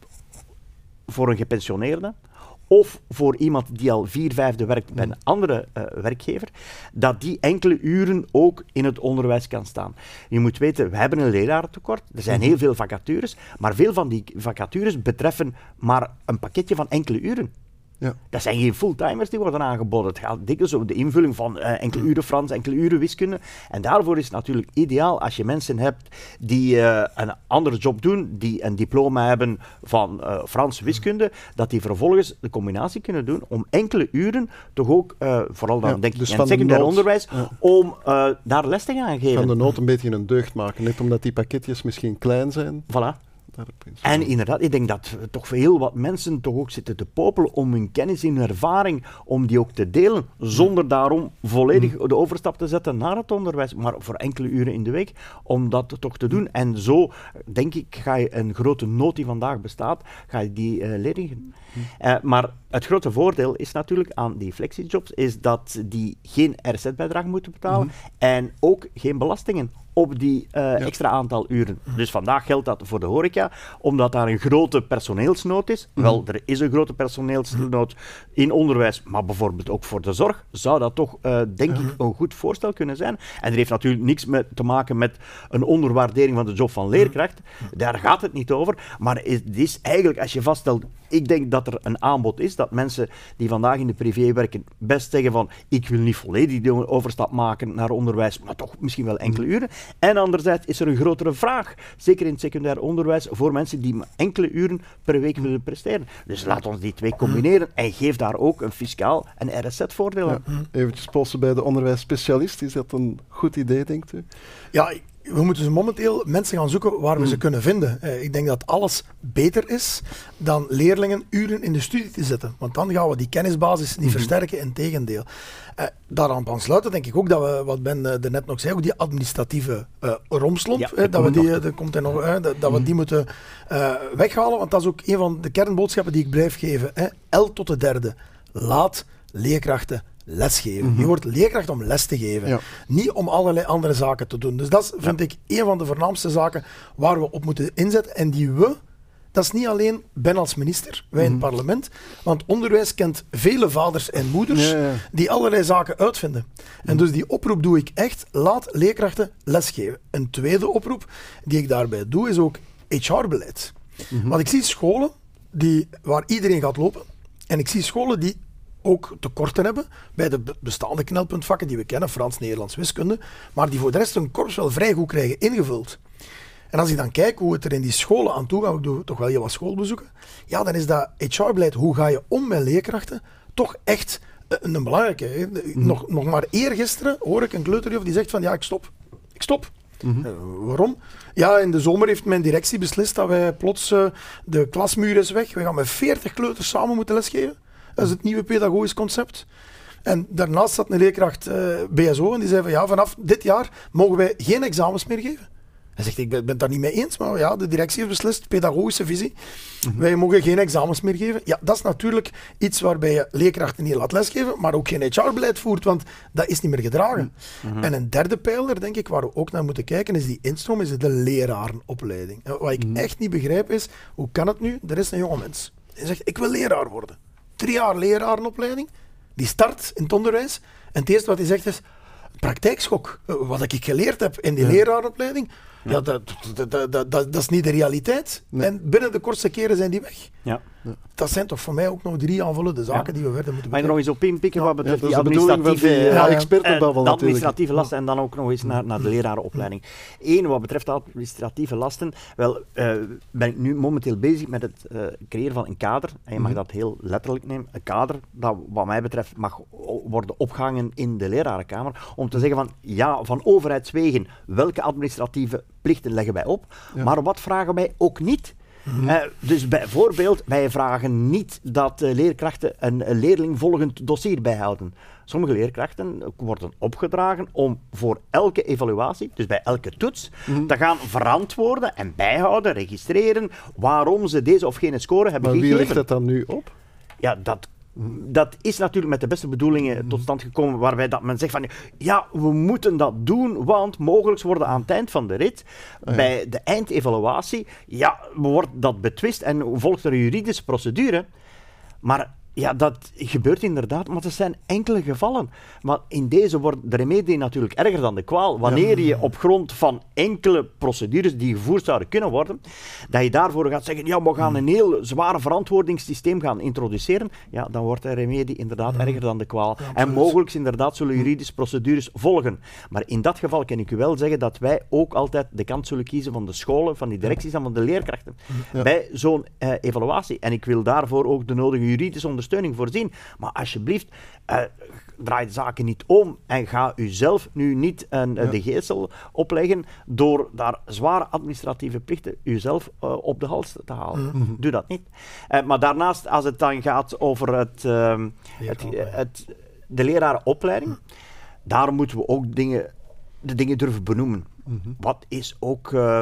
[SPEAKER 5] voor een gepensioneerde of voor iemand die al vier vijfde werkt bij een andere uh, werkgever, dat die enkele uren ook in het onderwijs kan staan. Je moet weten, we hebben een lerarentekort, er zijn heel veel vacatures, maar veel van die vacatures betreffen maar een pakketje van enkele uren.
[SPEAKER 2] Ja.
[SPEAKER 5] Dat zijn geen fulltimers die worden aangeboden. Het gaat dikwijls over de invulling van uh, enkele uren Frans, enkele uren wiskunde. En daarvoor is het natuurlijk ideaal als je mensen hebt die uh, een andere job doen, die een diploma hebben van uh, Frans wiskunde, dat die vervolgens de combinatie kunnen doen om enkele uren toch ook, uh, vooral dan
[SPEAKER 2] Ja,
[SPEAKER 5] denk ik
[SPEAKER 2] dus
[SPEAKER 5] in
[SPEAKER 2] van
[SPEAKER 5] het
[SPEAKER 2] de
[SPEAKER 5] secundair
[SPEAKER 2] nood.
[SPEAKER 5] onderwijs,
[SPEAKER 2] Ja.
[SPEAKER 5] om uh, daar les te gaan geven.
[SPEAKER 2] Van de nood een beetje een deugd maken. Net omdat die pakketjes misschien klein zijn.
[SPEAKER 5] Voilà.
[SPEAKER 2] Daarop in-
[SPEAKER 5] En inderdaad, ik denk dat toch heel wat mensen toch ook zitten te popelen om hun kennis en hun ervaring, om die ook te delen, zonder daarom volledig de overstap te zetten naar het onderwijs, maar voor enkele uren in de week, om dat toch te doen. En zo, denk ik, ga je een grote nood die vandaag bestaat, ga je die uh, ledigen. Uh, maar het grote voordeel is natuurlijk aan die flexijobs, is dat die geen R Z-bijdrage moeten betalen mm-hmm. en ook geen belastingen op die uh, ja. extra aantal uren. Dus vandaag geldt dat voor de horeca, omdat daar een grote personeelsnood is. Mm. Wel, er is een grote personeelsnood in onderwijs, maar bijvoorbeeld ook voor de zorg, zou dat toch, uh, denk mm. ik, een goed voorstel kunnen zijn. En er heeft natuurlijk niks met, te maken met een onderwaardering van de job van leerkracht. Mm. Daar gaat het niet over. Maar het is eigenlijk, als je vaststelt, ik denk dat er een aanbod is, dat mensen die vandaag in de privé werken, best zeggen van, ik wil niet volledig de overstap maken naar onderwijs, maar toch misschien wel enkele uren. En anderzijds is er een grotere vraag, zeker in het secundair onderwijs, voor mensen die maar enkele uren per week willen presteren. Dus laat ons die twee combineren en geef daar ook een fiscaal en R S Z-voordeel aan.
[SPEAKER 2] Ja, eventjes polsen bij de onderwijsspecialist, is dat een goed idee, denkt u?
[SPEAKER 6] Ja, we moeten dus momenteel mensen gaan zoeken waar we mm. ze kunnen vinden. Uh, ik denk dat alles beter is dan leerlingen uren in de studie te zetten. Want dan gaan we die kennisbasis niet mm-hmm. versterken, in tegendeel. Uh, daaraan aansluiten denk ik ook dat we, wat Ben uh, net nog zei, ook die administratieve uh, romslomp, ja, uh, dat, we die, uh, komt er nog, uh, dat, dat mm. we die moeten uh, weghalen. Want dat is ook een van de kernboodschappen die ik blijf geven. Hè. L tot de derde. Laat leerkrachten lesgeven. Mm-hmm. Je wordt leerkracht om les te geven. Ja. Niet om allerlei andere zaken te doen. Dus dat vind ja. ik een van de voornaamste zaken waar we op moeten inzetten. En die we, dat is niet alleen Ben als minister, wij mm-hmm. in het parlement, want onderwijs kent vele vaders en moeders ja, ja. die allerlei zaken uitvinden. Mm-hmm. En dus die oproep doe ik echt, laat leerkrachten lesgeven. Een tweede oproep die ik daarbij doe, is ook H R-beleid. Mm-hmm. Want ik zie scholen die, waar iedereen gaat lopen, en ik zie scholen die ook tekorten hebben bij de bestaande knelpuntvakken die we kennen, Frans, Nederlands, wiskunde, maar die voor de rest hun korps wel vrij goed krijgen ingevuld. En als ik dan kijk hoe het er in die scholen aan toe gaat, ik doe toch wel heel wat schoolbezoeken, ja, dan is dat H R-beleid, hoe ga je om met leerkrachten, toch echt een, een belangrijke. Mm. Nog, nog maar eergisteren hoor ik een kleuterjuf die zegt van, ja, ik stop. Ik stop. Mm-hmm. Uh, waarom? Ja, in de zomer heeft mijn directie beslist dat wij plots, uh, de klasmuur is weg, we gaan met veertig kleuters samen moeten lesgeven. Dat is het nieuwe pedagogisch concept. En daarnaast zat een leerkracht uh, B S O en die zei van ja, vanaf dit jaar mogen wij geen examens meer geven. Hij zegt, ik ben het daar niet mee eens, maar ja, de directie heeft beslist, pedagogische visie. Mm-hmm. Wij mogen geen examens meer geven. Ja, dat is natuurlijk iets waarbij je leerkrachten niet laat lesgeven, maar ook geen H R-beleid voert, want dat is niet meer gedragen. Mm-hmm. En een derde pijler, denk ik, waar we ook naar moeten kijken, is die instroom, is de lerarenopleiding. En wat ik mm-hmm. echt niet begrijp is, hoe kan het nu? Er is een jonge mens. Die zegt, ik wil leraar worden. Drie jaar lerarenopleiding, die start in het onderwijs. En het eerste wat hij zegt is, praktijkschok. Wat ik geleerd heb in die ja. lerarenopleiding, ja. Ja, dat, dat, dat, dat, dat is niet de realiteit. Nee. En binnen de kortste keren zijn die weg. Ja. Ja. Dat zijn toch voor mij ook nog drie aanvullende zaken ja. die we verder moeten
[SPEAKER 5] bekijken. Maar je er nog eens op inpikken
[SPEAKER 6] ja.
[SPEAKER 5] wat betreft
[SPEAKER 2] ja,
[SPEAKER 5] die administratieve,
[SPEAKER 2] die, ja, expertenbabbel,
[SPEAKER 5] uh, de administratieve lasten en dan ook nog eens naar, naar de lerarenopleiding. Eén, wat betreft de administratieve lasten, wel, uh, ben ik nu momenteel bezig met het uh, creëren van een kader, en je mag dat heel letterlijk nemen, een kader dat wat mij betreft mag worden opgehangen in de lerarenkamer, om te zeggen van, ja, van overheidswegen, welke administratieve plichten leggen wij op, ja. maar wat vragen wij ook niet? Mm-hmm. Uh, dus bijvoorbeeld, wij vragen niet dat uh, leerkrachten een, een leerlingvolgend dossier bijhouden. Sommige leerkrachten worden opgedragen om voor elke evaluatie, dus bij elke toets, mm-hmm. te gaan verantwoorden en bijhouden, registreren waarom ze deze of gene score hebben
[SPEAKER 2] maar
[SPEAKER 5] gegeven.
[SPEAKER 2] Maar wie legt dat dan nu op?
[SPEAKER 5] Ja, dat Dat is natuurlijk met de beste bedoelingen tot stand gekomen, waarbij dat men zegt van ja, we moeten dat doen, want mogelijk worden aan het eind van de rit, oh ja. bij de eindevaluatie, ja, wordt dat betwist en volgt er een juridische procedure. Maar ja, dat gebeurt inderdaad, maar er zijn enkele gevallen. Maar in deze wordt de remedie natuurlijk erger dan de kwaal. Wanneer je op grond van enkele procedures die gevoerd zouden kunnen worden, dat je daarvoor gaat zeggen, ja, we gaan een heel zware verantwoordingssysteem gaan introduceren, ja, dan wordt de remedie inderdaad erger dan de kwaal. Ja, en mogelijk inderdaad zullen juridische procedures volgen. Maar in dat geval kan ik u wel zeggen dat wij ook altijd de kant zullen kiezen van de scholen, van die directies en van de leerkrachten. Ja. Bij zo'n uh, evaluatie. En ik wil daarvoor ook de nodige juridische ondersteuning ondersteuning voorzien. Maar alsjeblieft, uh, draai de zaken niet om en ga u zelf nu niet een, ja. de geestel opleggen door daar zware administratieve plichten uzelf uh, op de hals te halen. Mm-hmm. Doe dat niet. Uh, maar daarnaast, als het dan gaat over het, uh, het, het, de lerarenopleiding, mm. daar moeten we ook dingen, de dingen durven benoemen. Mm-hmm. Wat is ook... Uh,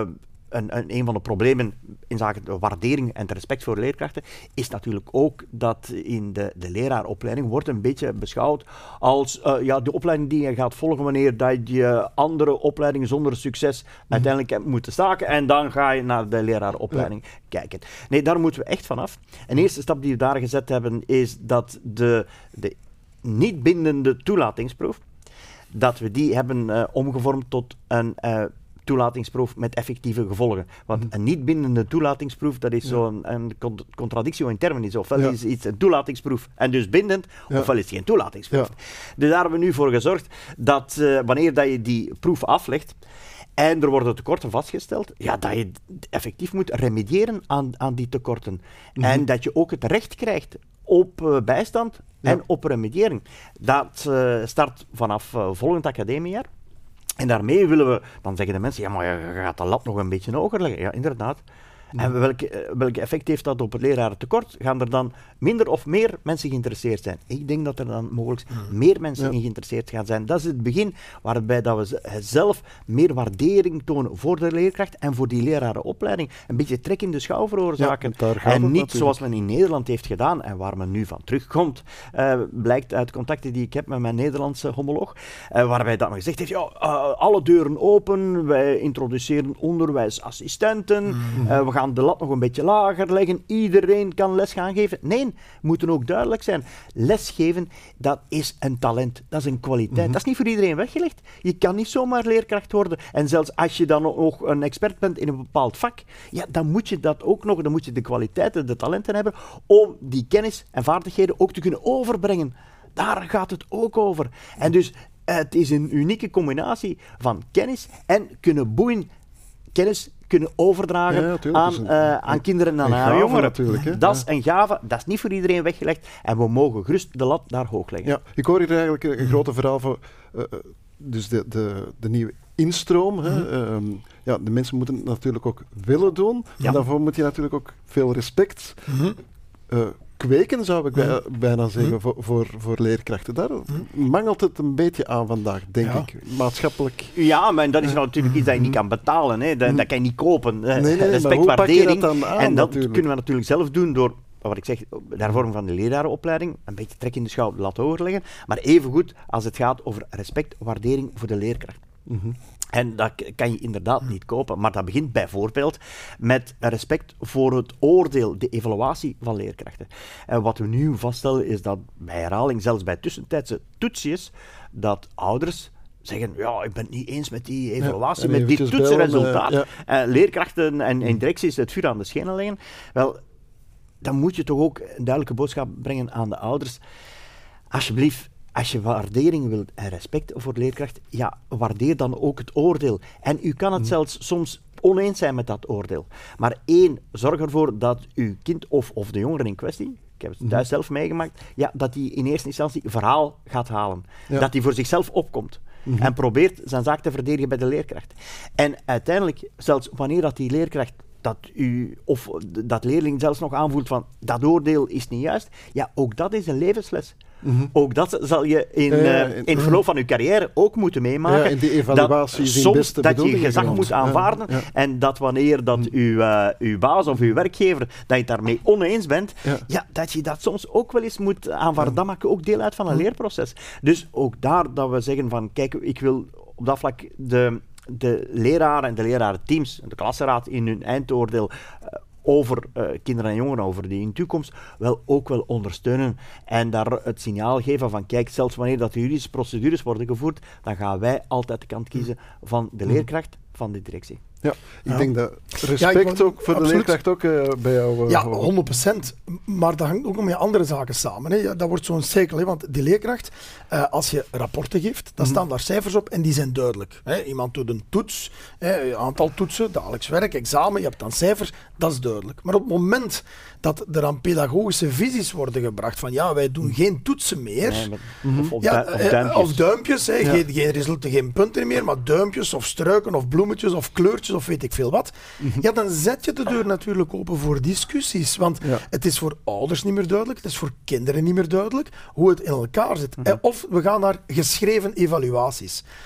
[SPEAKER 5] een, een, een van de problemen in zaken de waardering en het respect voor leerkrachten is natuurlijk ook dat in de, de leraaropleiding wordt een beetje beschouwd als uh, ja, de opleiding die je gaat volgen wanneer dat je andere opleidingen zonder succes mm-hmm. uiteindelijk hebt moeten staken en dan ga je naar de leraaropleiding ja. kijken. Nee, daar moeten we echt vanaf. Een eerste stap die we daar gezet hebben is dat de, de niet bindende toelatingsproef, dat we die hebben uh, omgevormd tot een uh, toelatingsproef met effectieve gevolgen. Want een niet bindende toelatingsproef, dat is ja. zo'n een contradictio in termen. Is. Ofwel ja. is iets een toelatingsproef en dus bindend, ja. ofwel is het geen toelatingsproef. Ja. Dus daar hebben we nu voor gezorgd dat uh, wanneer dat je die proef aflegt, en er worden tekorten vastgesteld, ja, dat je effectief moet remediëren aan, aan die tekorten. Mm-hmm. En dat je ook het recht krijgt op uh, bijstand en ja. op remediëring. Dat uh, start vanaf uh, volgend academiejaar. En daarmee willen we, dan zeggen de mensen, ja, maar je gaat de lat nog een beetje hoger leggen. Ja, inderdaad. Ja. En welke, welke effect heeft dat op het lerarentekort? Gaan er dan minder of meer mensen geïnteresseerd zijn? Ik denk dat er dan mogelijk ja. meer mensen ja. in geïnteresseerd gaan zijn. Dat is het begin waarbij dat we zelf meer waardering tonen voor de leerkracht en voor die lerarenopleiding. Een beetje trek in de schouw veroorzaken. Ja, en niet natuurlijk. Zoals men in Nederland heeft gedaan en waar men nu van terugkomt, uh, blijkt uit contacten die ik heb met mijn Nederlandse homoloog, uh, waarbij dat men gezegd heeft, ja, uh, alle deuren open, wij introduceren onderwijsassistenten, mm-hmm. uh, we gaan de lat nog een beetje lager leggen, iedereen kan les gaan geven. Nee, we moeten ook duidelijk zijn. Lesgeven, dat is een talent, dat is een kwaliteit. Mm-hmm. Dat is niet voor iedereen weggelegd. Je kan niet zomaar leerkracht worden. En zelfs als je dan nog een expert bent in een bepaald vak, ja, dan moet je dat ook nog, dan moet je de kwaliteiten, de talenten hebben, om die kennis en vaardigheden ook te kunnen overbrengen. Daar gaat het ook over. En dus, het is een unieke combinatie van kennis en kunnen boeien, kennis kunnen overdragen ja, ja, aan, uh, aan kinderen en aan jongeren.
[SPEAKER 2] Natuurlijk, hè?
[SPEAKER 5] Dat is
[SPEAKER 2] ja.
[SPEAKER 5] een gave, dat is niet voor iedereen weggelegd en we mogen gerust de lat daar hoog leggen.
[SPEAKER 2] Ja, ik hoor hier eigenlijk een, een grote verhaal van uh, dus de, de, de nieuwe instroom. Hè? Mm-hmm. Um, ja, de mensen moeten het natuurlijk ook willen doen. Ja. En daarvoor moet je natuurlijk ook veel respect mm-hmm. uh, kweken, zou ik bij, bijna zeggen, mm-hmm. voor, voor, voor leerkrachten. Daar mm-hmm. mangelt het een beetje aan vandaag, denk ja. ik, maatschappelijk.
[SPEAKER 5] Ja, maar dat is nou natuurlijk iets dat je niet kan betalen. Hè. Dat,
[SPEAKER 2] mm-hmm.
[SPEAKER 5] dat kan je niet kopen.
[SPEAKER 2] Nee, nee,
[SPEAKER 5] respect, waardering.
[SPEAKER 2] Dat aan,
[SPEAKER 5] en dat
[SPEAKER 2] natuurlijk.
[SPEAKER 5] kunnen we natuurlijk zelf doen door, wat ik zeg, de hervorming van de leraaropleiding, een beetje trek in de schouw, de lat hoger leggen, maar evengoed als het gaat over respect, waardering voor de leerkracht. Mm-hmm. En dat kan je inderdaad niet kopen, maar dat begint bijvoorbeeld met respect voor het oordeel, de evaluatie van leerkrachten. En wat we nu vaststellen is dat bij herhaling, zelfs bij tussentijdse toetsjes, dat ouders zeggen, ja, ik ben het niet eens met die evaluatie, ja, met dit toetsenresultaat. Uh, ja. uh, leerkrachten en, en directies het vuur aan de schenen leggen. Wel, dan moet je toch ook een duidelijke boodschap brengen aan de ouders. Alsjeblieft, als je waardering wilt en respect voor de leerkracht, ja, waardeer dan ook het oordeel. En u kan het mm. zelfs soms oneens zijn met dat oordeel. Maar één, zorg ervoor dat uw kind of, of de jongere in kwestie, ik heb het thuis mm. zelf meegemaakt, ja, dat hij in eerste instantie verhaal gaat halen. Ja. Dat hij voor zichzelf opkomt. Mm-hmm. En probeert zijn zaak te verdedigen bij de leerkracht. En uiteindelijk, zelfs wanneer dat die leerkracht dat u of dat leerling zelfs nog aanvoelt van dat oordeel is niet juist, ja, ook dat is een levensles. Mm-hmm. Ook dat zal je in, uh, in het verloop van uw carrière ook moeten meemaken.
[SPEAKER 2] Ja, in die evaluatie
[SPEAKER 5] dat
[SPEAKER 2] is
[SPEAKER 5] soms
[SPEAKER 2] beste
[SPEAKER 5] dat je gezag
[SPEAKER 2] grond.
[SPEAKER 5] moet aanvaarden
[SPEAKER 2] ja, ja.
[SPEAKER 5] en dat wanneer dat uw, uh, uw baas of uw werkgever dat je het daarmee oneens bent, ja. Ja, dat je dat soms ook wel eens moet aanvaarden. Ja. Dat maakt ook deel uit van een ja. leerproces. Dus ook daar dat we zeggen van kijk, ik wil op dat vlak de de leraren en de lerarenteams, de klassenraad in hun eindoordeel uh, over uh, kinderen en jongeren, over die in toekomst, wel ook wel ondersteunen en daar het signaal geven van kijk, zelfs wanneer dat de juridische procedures worden gevoerd, dan gaan wij altijd de kant kiezen van de leerkracht, van de directie.
[SPEAKER 2] Ja, ik ja. denk dat respect ja, ook voor absoluut. de leerkracht ook uh, bij jou... Uh,
[SPEAKER 6] ja, honderd procent. Maar dat hangt ook nog met andere zaken samen. Hè. Ja, dat wordt zo'n cirkel. Hè. Want die leerkracht, uh, als je rapporten geeft, dan mm-hmm. staan daar cijfers op en die zijn duidelijk. Hè. Iemand doet een toets, hè, aantal toetsen, dagelijks werk, examen, je hebt dan cijfers, dat is duidelijk. Maar op het moment dat er aan pedagogische visies worden gebracht van ja, wij doen geen toetsen meer. Nee, maar, mm-hmm. of, ja, du- of duimpjes. Of duimpjes, hè, ja. geen, geen resultaten, geen punten meer, maar duimpjes of struiken of bloemetjes of kleurtjes of weet ik veel wat. Mm-hmm. Ja, dan zet je de deur natuurlijk open voor discussies. Want ja. het is voor ouders niet meer duidelijk, het is voor kinderen niet meer duidelijk hoe het in elkaar zit. Mm-hmm. Of we gaan naar geschreven evaluaties.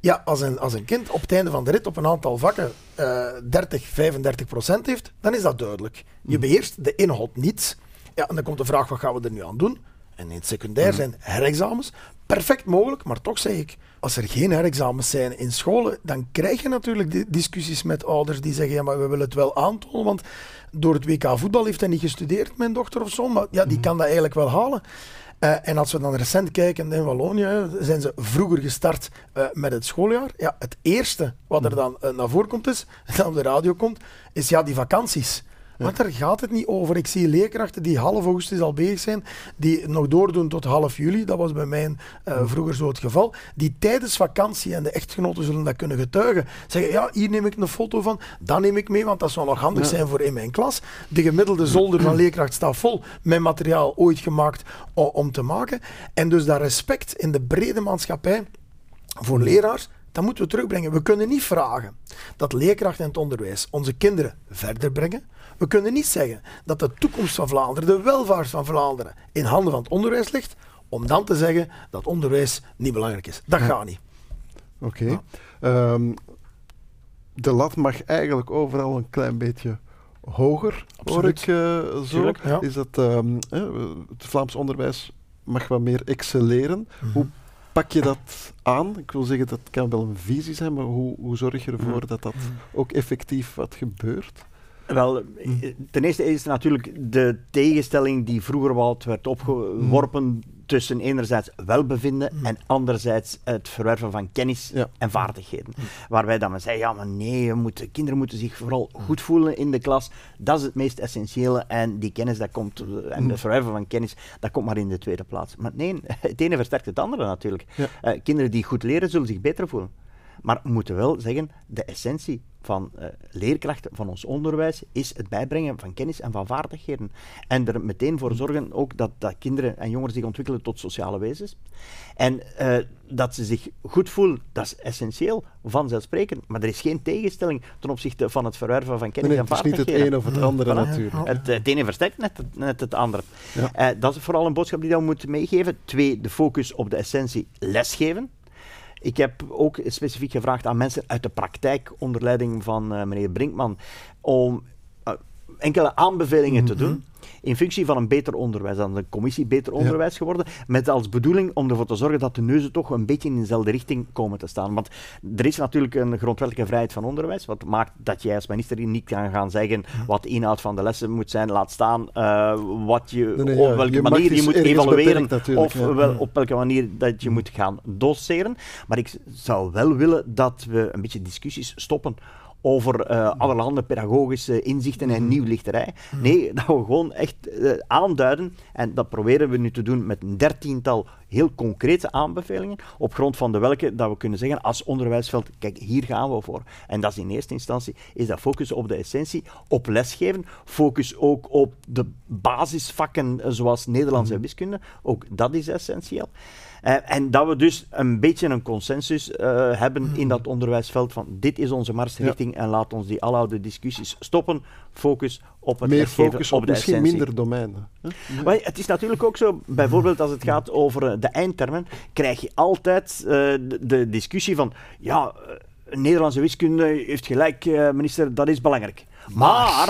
[SPEAKER 6] Ja, als een, als een kind op het einde van de rit op een aantal vakken uh, dertig, vijfendertig procent heeft, dan is dat duidelijk. Je beheerst de inhoud niet. Ja, en dan komt de vraag, wat gaan we er nu aan doen? En in het secundair zijn herexamens perfect mogelijk, maar toch zeg ik, als er geen herexamens zijn in scholen, dan krijg je natuurlijk die discussies met ouders die zeggen, ja, maar we willen het wel aantonen, want door het W K voetbal heeft hij niet gestudeerd, mijn dochter of zo, maar ja, die kan dat eigenlijk wel halen. Uh, en als we dan recent kijken in Wallonië, zijn ze vroeger gestart uh, met het schooljaar. Ja, het eerste wat er dan uh, naar voren komt is, dat op de radio komt, is ja, die vakanties. Ja. Maar daar gaat het niet over. Ik zie leerkrachten die half augustus al bezig zijn, die nog doordoen tot half juli, dat was bij mij uh, vroeger zo het geval, die tijdens vakantie, en de echtgenoten zullen dat kunnen getuigen, zeggen, ja, hier neem ik een foto van, dat neem ik mee, want dat zou nog handig ja. zijn voor in mijn klas. De gemiddelde zolder van leerkracht staat vol met materiaal ooit gemaakt o- om te maken. En dus dat respect in de brede maatschappij voor leraars, dat moeten we terugbrengen. We kunnen niet vragen dat leerkrachten in het onderwijs onze kinderen verder brengen. We kunnen niet zeggen dat de toekomst van Vlaanderen, de welvaart van Vlaanderen, in handen van het onderwijs ligt, om dan te zeggen dat onderwijs niet belangrijk is. Dat ja. gaat niet.
[SPEAKER 2] Oké. Okay. Ja. Um, de lat mag eigenlijk overal een klein beetje hoger, Absoluut. hoor ik uh, zo. Tuurlijk, ja. Is dat, um, uh, het Vlaams onderwijs mag wat meer excelleren. Mm-hmm. Hoe pak je dat aan? Ik wil zeggen, dat kan wel een visie zijn, maar hoe, hoe zorg je ervoor mm-hmm. dat dat ook effectief wat gebeurt?
[SPEAKER 5] Wel, ten eerste is natuurlijk de tegenstelling die vroeger wat werd opgeworpen mm. tussen enerzijds welbevinden mm. en anderzijds het verwerven van kennis ja. en vaardigheden. Mm. Waarbij dan men zei, ja maar nee, je moet, kinderen moeten zich vooral goed voelen in de klas. Dat is het meest essentiële en die kennis dat komt, en het verwerven van kennis, dat komt maar in de tweede plaats. Maar nee, het ene versterkt het andere natuurlijk. Ja. Uh, kinderen die goed leren zullen zich beter voelen. Maar we moeten wel zeggen, de essentie van uh, leerkrachten van ons onderwijs is het bijbrengen van kennis en van vaardigheden. En er meteen voor zorgen ook dat, dat kinderen en jongeren zich ontwikkelen tot sociale wezens. En uh, dat ze zich goed voelen, dat is essentieel, vanzelfsprekend. Maar er is geen tegenstelling ten opzichte van het verwerven van kennis
[SPEAKER 2] nee,
[SPEAKER 5] en vaardigheden.
[SPEAKER 2] Het is niet het een of het andere
[SPEAKER 5] voilà.
[SPEAKER 2] natuurlijk.
[SPEAKER 5] Het, het ene versterkt net, net het andere.
[SPEAKER 2] Ja.
[SPEAKER 5] Uh, dat is vooral een boodschap die we moeten meegeven. Twee, de focus op de essentie lesgeven. Ik heb ook specifiek gevraagd aan mensen uit de praktijk onder leiding van uh, meneer Brinkman om uh, enkele aanbevelingen mm-hmm. te doen in functie van een beter onderwijs. Dan de commissie Beter Onderwijs ja. geworden, met als bedoeling om ervoor te zorgen dat de neuzen toch een beetje in dezelfde richting komen te staan. Want er is natuurlijk een grondwettelijke vrijheid van onderwijs, wat maakt dat jij als minister niet kan gaan zeggen wat de inhoud van de lessen moet zijn, laat staan uh, wat je, nee, nee, op welke ja, je manier je moet evalueren of ja. wel, op welke manier dat je moet gaan doseren. Maar ik zou wel willen dat we een beetje discussies stoppen over uh, allerhande pedagogische inzichten en nieuwlichterij. Nee, dat we gewoon echt uh, aanduiden, en dat proberen we nu te doen met een dertiental heel concrete aanbevelingen, op grond van de welke dat we kunnen zeggen als onderwijsveld, kijk, hier gaan we voor. En dat is in eerste instantie, is dat focus op de essentie, op lesgeven, focus ook op de basisvakken uh, zoals Nederlands en wiskunde, ook dat is essentieel. Uh, en dat we dus een beetje een consensus uh, hebben in dat onderwijsveld van dit is onze marsrichting ja. en laat ons die aloude discussies stoppen. Focus op het
[SPEAKER 2] Meer focus op,
[SPEAKER 5] op de
[SPEAKER 2] misschien
[SPEAKER 5] essentie.
[SPEAKER 2] Minder domeinen. Huh?
[SPEAKER 5] Maar het is natuurlijk ook zo, bijvoorbeeld als het gaat over de eindtermen, krijg je altijd uh, de, de discussie van ja, uh, Nederlandse wiskunde heeft gelijk, uh, minister, dat is belangrijk. Maar,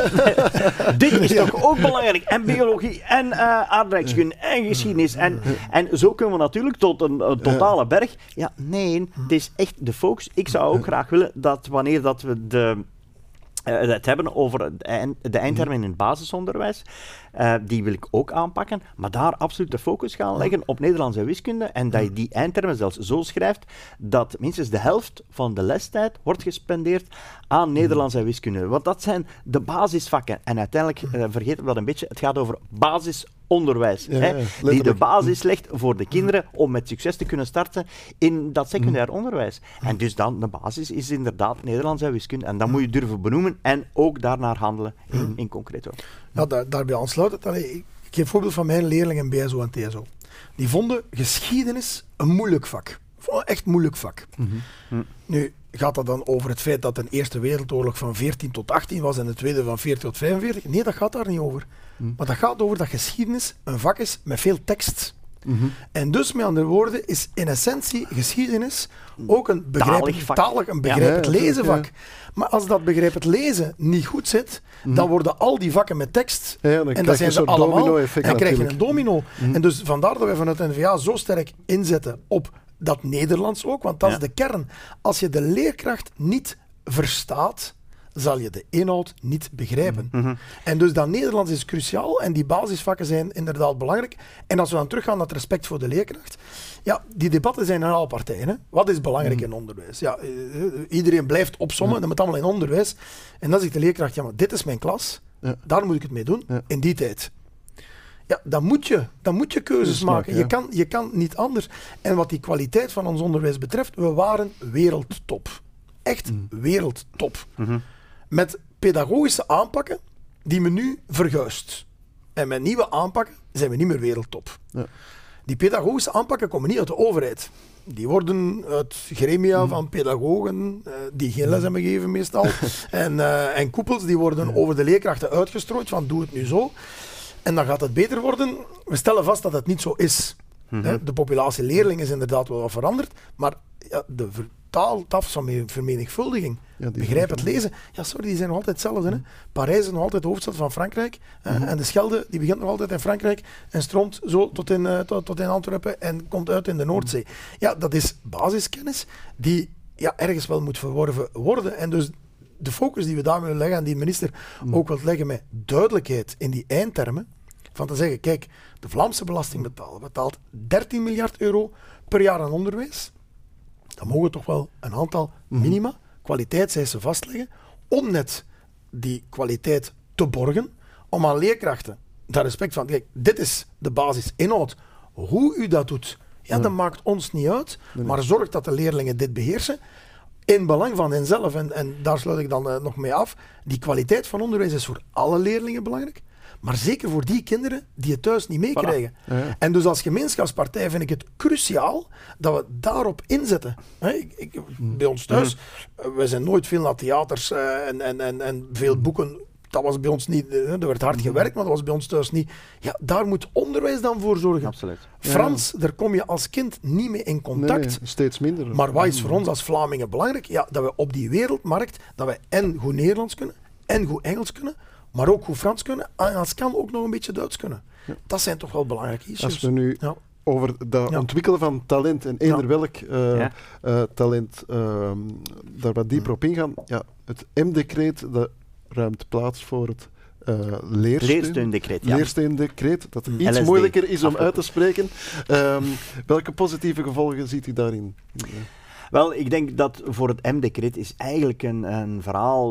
[SPEAKER 5] dit is ja. toch ook belangrijk. En biologie, en uh, aardrijkskunde, en geschiedenis. En, en zo kunnen we natuurlijk tot een, een totale berg. Ja, nee, het is echt de focus. Ik zou ook graag willen dat wanneer dat we de... Uh, het hebben over de, eind, de eindtermen in het basisonderwijs, uh, die wil ik ook aanpakken, maar daar absoluut de focus gaan leggen op Nederlands en wiskunde en dat je die eindtermen zelfs zo schrijft dat minstens de helft van de lestijd wordt gespendeerd aan Nederlands en wiskunde. Want dat zijn de basisvakken en uiteindelijk, uh, vergeten we dat een beetje, het gaat over basisonderwijs, ja, hè, ja, die de basis legt voor de kinderen om met succes te kunnen starten in dat secundair onderwijs. En dus dan, de basis is inderdaad Nederlands en wiskunde en dat moet je durven benoemen en ook daarnaar handelen in, in concreto.
[SPEAKER 6] Ja, daar, daarbij aansluitend, allee, ik geef een voorbeeld van mijn leerlingen B S O en T S O. Die vonden geschiedenis een moeilijk vak. Een echt moeilijk vak. Mm-hmm. Mm. Nu, gaat dat dan over het feit dat de Eerste Wereldoorlog van veertien tot achttien was en de Tweede van veertien tot vijfenveertig? Nee, dat gaat daar niet over. Mm. Maar dat gaat over dat geschiedenis een vak is met veel tekst. Mm-hmm. En dus, met andere woorden, is in essentie geschiedenis ook een begrijpelijk, talig, een begrijpend ja, lezenvak. Ja. Maar als dat begrijpend lezen niet goed zit, mm-hmm. dan worden al die vakken met tekst,
[SPEAKER 2] ja,
[SPEAKER 6] en dat zijn ze allemaal, en dan krijg je een domino.
[SPEAKER 2] Mm-hmm.
[SPEAKER 6] En dus vandaar dat wij vanuit N V A zo sterk inzetten op dat Nederlands ook, want dat ja. is de kern. Als je de leerkracht niet verstaat, zal je de inhoud niet begrijpen. Mm-hmm. En dus dat Nederlands is cruciaal en die basisvakken zijn inderdaad belangrijk. En als we dan teruggaan naar het respect voor de leerkracht, ja, die debatten zijn in alle partijen. Hè. Wat is belangrijk mm-hmm. in onderwijs? Ja, iedereen blijft opsommen, ja. dat moet allemaal in onderwijs. En dan zegt de leerkracht, ja, maar dit is mijn klas, ja. daar moet ik het mee doen, ja. in die tijd. Ja, dan moet je, dan moet je keuzes maken. maken. Ja. Je, kan, je kan niet anders. En wat die kwaliteit van ons onderwijs betreft, we waren wereldtop. Echt mm. wereldtop. Mm-hmm. Met pedagogische aanpakken die men nu verguist. En met nieuwe aanpakken zijn we niet meer wereldtop. Ja. Die pedagogische aanpakken komen niet uit de overheid. Die worden uit gremia mm. van pedagogen, uh, die geen les hebben gegeven meestal, en, uh, en koepels, die worden ja. over de leerkrachten uitgestrooid van doe het nu zo. En dan gaat het beter worden. We stellen vast dat het niet zo is. Mm-hmm. De populatie leerlingen is inderdaad wel wat veranderd, maar ja, de taaltaf van vermenigvuldiging, ja, begrijp het lezen, ja sorry, die zijn nog altijd hetzelfde. Mm. Hè? Parijs is nog altijd de hoofdstad van Frankrijk, mm-hmm. uh, en de Schelde die begint nog altijd in Frankrijk en stroomt zo tot in, uh, tot, tot in Antwerpen en komt uit in de Noordzee. Ja, dat is basiskennis die ja, ergens wel moet verworven worden. En dus de focus die we daar willen leggen en die de minister mm. ook wil leggen met duidelijkheid in die eindtermen, van te zeggen, kijk, de Vlaamse belastingbetaler betaalt dertien miljard euro per jaar aan onderwijs. Dan mogen we toch wel een aantal minima, kwaliteitseisen vastleggen, om net die kwaliteit te borgen, om aan leerkrachten daar respect van, kijk, dit is de basisinhoud. Hoe u dat doet, ja, ja. dat maakt ons niet uit, nee, nee. maar zorg dat de leerlingen dit beheersen, in belang van henzelf. En, en daar sluit ik dan uh, nog mee af. Die kwaliteit van onderwijs is voor alle leerlingen belangrijk, maar zeker voor die kinderen die het thuis niet meekrijgen. Voilà. Ja, ja. En dus als gemeenschapspartij vind ik het cruciaal dat we daarop inzetten. He, ik, ik, bij ons thuis, mm. we zijn nooit veel naar theaters uh, en, en, en, en veel boeken. Dat was bij ons niet, uh, er werd hard gewerkt, maar dat was bij ons thuis niet. Ja, daar moet onderwijs dan voor zorgen.
[SPEAKER 5] Absoluut.
[SPEAKER 6] Frans, ja. daar kom je als kind niet mee in contact.
[SPEAKER 2] Nee, steeds minder.
[SPEAKER 6] Maar wat is voor ons als Vlamingen belangrijk? Ja, dat we op die wereldmarkt, dat we en goed Nederlands kunnen, en goed Engels kunnen, maar ook goed Frans kunnen, en als kan ook nog een beetje Duits kunnen. Ja. Dat zijn toch wel belangrijke issues.
[SPEAKER 2] Als we nu ja. over het ja. ontwikkelen van talent en eender ja. welk uh, ja. uh, talent uh, daar wat dieper op ingaan, ja, het M-decreet dat ruimt plaats voor het uh, leersteun.
[SPEAKER 5] Leersteundecreet, ja.
[SPEAKER 2] Leersteundecreet, dat iets L S D. Moeilijker is om uit te spreken. Um, welke positieve gevolgen ziet u daarin?
[SPEAKER 5] Wel, ik denk dat voor het M-decreet is eigenlijk een, een verhaal...